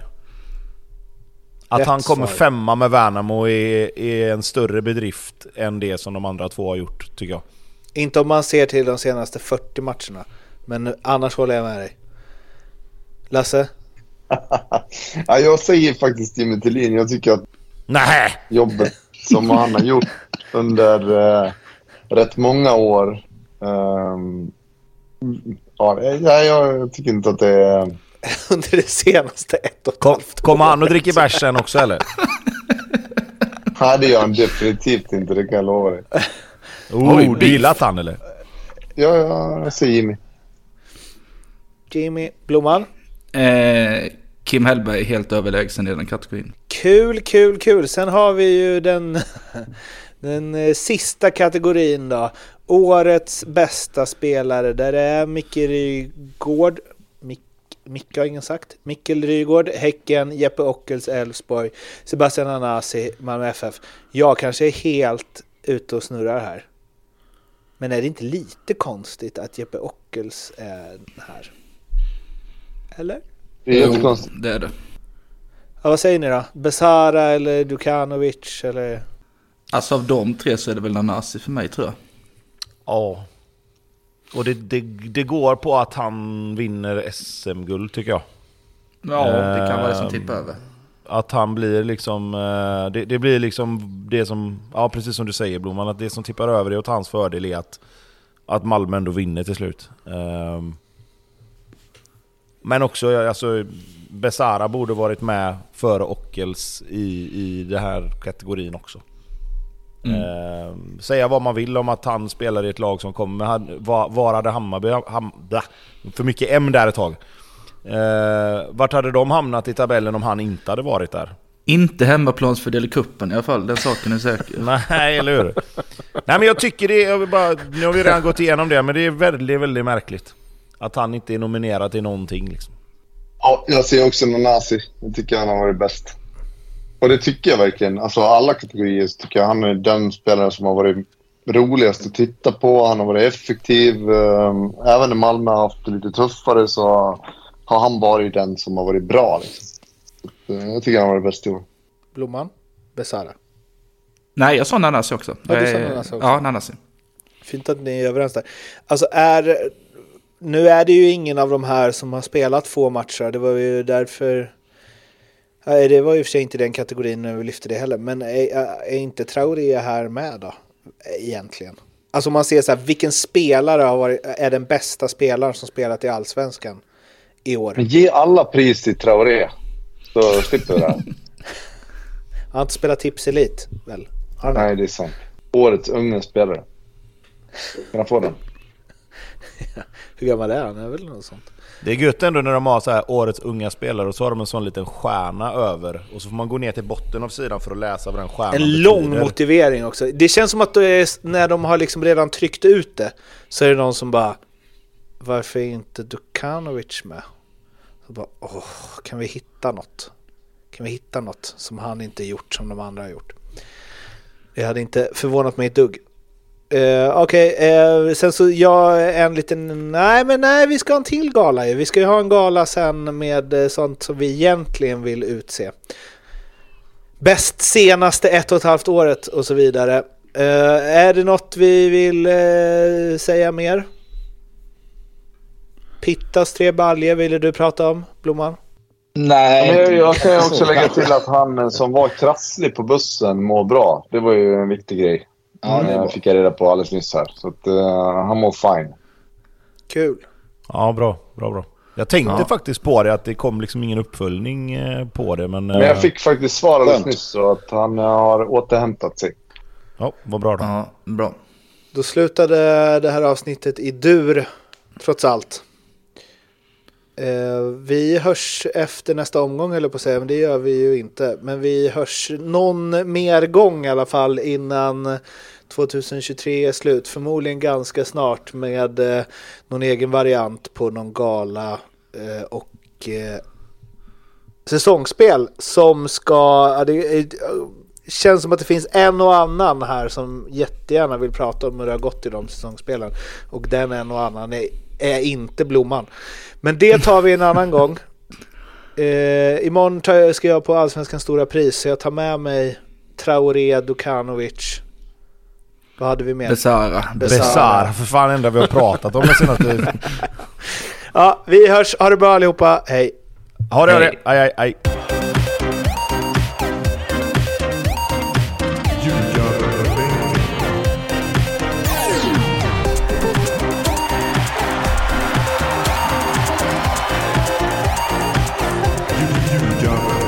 Att Rätt han kommer svar. femma med Värnamo är, är en större bedrift än det som de andra två har gjort, tycker jag. Inte om man ser till de senaste fyrtio matcherna. Men annars håller jag med dig. Lasse? Ja, jag säger faktiskt Jimmy Tillin. Jag tycker att Nej. jobbet som han har gjort under eh, rätt många år. ehm, ja, jag, jag tycker inte att det är... Under det senaste ett och ett Kom, halvt kommer han året. och dricker bärs sen också, eller? Nej, det gör han definitivt inte, det kan jag lova dig. Oh, Oj, du beef. gillar han, eller? Ja, ja, jag säger Jimmy. Jimmy Blomman? Eh, Kim Hellberg är helt överlägsen i den kategorin. Kul, kul, kul. Sen har vi ju den, den eh, sista kategorin då. Årets bästa spelare. Där det är Micke Rygård. Mick, Micke har ingen sagt. Mikkel Rygård, Häcken, Jeppe Ockels, Elfsborg, Sebastian Anasi, Malmö F F. Jag kanske är helt ute och snurrar här. Men är det inte lite konstigt att Jeppe Ockels är här? Eller? Det är jättekonstigt. Det är det. Ja, vad säger ni då? Besara eller Djukanovic eller... Alltså av de tre så är det väl Nanasi för mig, tror jag. Ja. Och det, det, det går på att han vinner S M-guld, tycker jag. Ja, det kan vara det som Ehm, tippar över. Att han blir liksom... eh, Det, det blir liksom det som... Ja, precis som du säger, Blomman. Att det som tippar över är åt hans fördel är att, att Malmö ändå vinner till slut. Ehm, Men också, alltså... Besara borde varit med före Ockels i, i den här kategorin också. Mm. Eh, säga vad man vill om att han spelar i ett lag som kommer med var, var hade Hammarby ham, bla, för mycket M där ett tag. Eh, vart hade de hamnat i tabellen om han inte hade varit där? Inte hemmaplansfördel i kuppen i alla fall, den saken är säker. Nej, eller hur? Nej, men jag tycker det, jag vill bara, nu har vi redan gått igenom det, men det är väldigt, väldigt märkligt att han inte är nominerad till någonting liksom. Ja, jag ser också Nanasi. Jag tycker han har varit bäst. Och det tycker jag verkligen. Alltså alla kategorier så tycker jag han är den spelaren som har varit roligast att titta på. Han har varit effektiv. Även när Malmö har haft det lite tuffare så har han varit den som har varit bra. Liksom. Jag tycker han har varit bäst i år. Blomman? Besara. Nej, jag sa Nanasi också. Ja, du sa Eh, Nanasi också. Ja, Nanasi. Fint att ni är överens där. Alltså är... Nu är det ju ingen av de här som har spelat få matcher. Det var ju därför... Nej, det var ju för sig inte den kategorin när vi lyfte det heller. Men är, är inte Traoré här med då? Egentligen. Alltså om man ser så här, vilken spelare har varit, är den bästa spelaren som spelat i Allsvenskan i år? Men ge alla pris till Traoré. Så slipper vi det här. Han har inte spelat tips elit, väl? Har han? Nej, det är sant. Årets unga spelare. Kan jag få den? Hur gammal är han? Är väl något sånt. Det är gött ändå när de har så här årets unga spelare och så har de en sån liten stjärna över och så får man gå ner till botten av sidan för att läsa vad den stjärnan En betyder. lång motivering också. Det känns som att det är, när de har liksom redan tryckt ut det så är det någon som bara, varför är inte Dukanovic med? Så bara, åh, kan vi hitta något? Kan vi hitta något som han inte gjort som de andra har gjort? Det hade inte förvånat mig ett dugg. Uh, Okej, okay, uh, sen så jag en liten, nej men nej vi ska ha en till gala ju. Vi ska ju ha en gala sen med uh, sånt som vi egentligen vill utse. Bäst senaste ett och ett halvt året och så vidare. Uh, är det något vi vill uh, säga mer? Pittas tre baljer ville du prata om, Blomman? Nej. Men jag, jag kan ju också lägga till att han som var krasslig på bussen mår bra. Det var ju en viktig grej. Ja, det fick jag reda på alldeles nyss här. Så att, uh, han mår fine. Kul. Ja, bra, bra, bra. Jag tänkte Ja. faktiskt på det, att det kom liksom ingen uppföljning eh, på det. Men, eh, Men jag fick faktiskt svar alldeles nyss så att han uh, har återhämtat sig. Ja, vad bra då. Ja, bra. Då slutade det här avsnittet i dur, trots allt. Eh, vi hörs efter nästa omgång, eller på att säga, men det gör vi ju inte. Men vi hörs någon mer gång i alla fall innan tjugohundratjugotre är slut. Förmodligen ganska snart med eh, någon egen variant på någon gala eh, och eh, säsongsspel som ska... Ja, det är, känns som att det finns en och annan här som jättegärna vill prata om hur det har gått i de säsongsspelen. Och den en och annan är, är inte Blomman. Men det tar vi en annan gång. Eh, imorgon tar, ska jag på Allsvenskans stora pris. Så jag tar med mig Traoré, Dukanovic. Vad hade vi med? Besara. Besara, för fan enda vi har pratat om det senaste. Ja, vi hörs. Ha det bra allihopa. Hej. Ha det, ha det. Aj, aj, aj. You got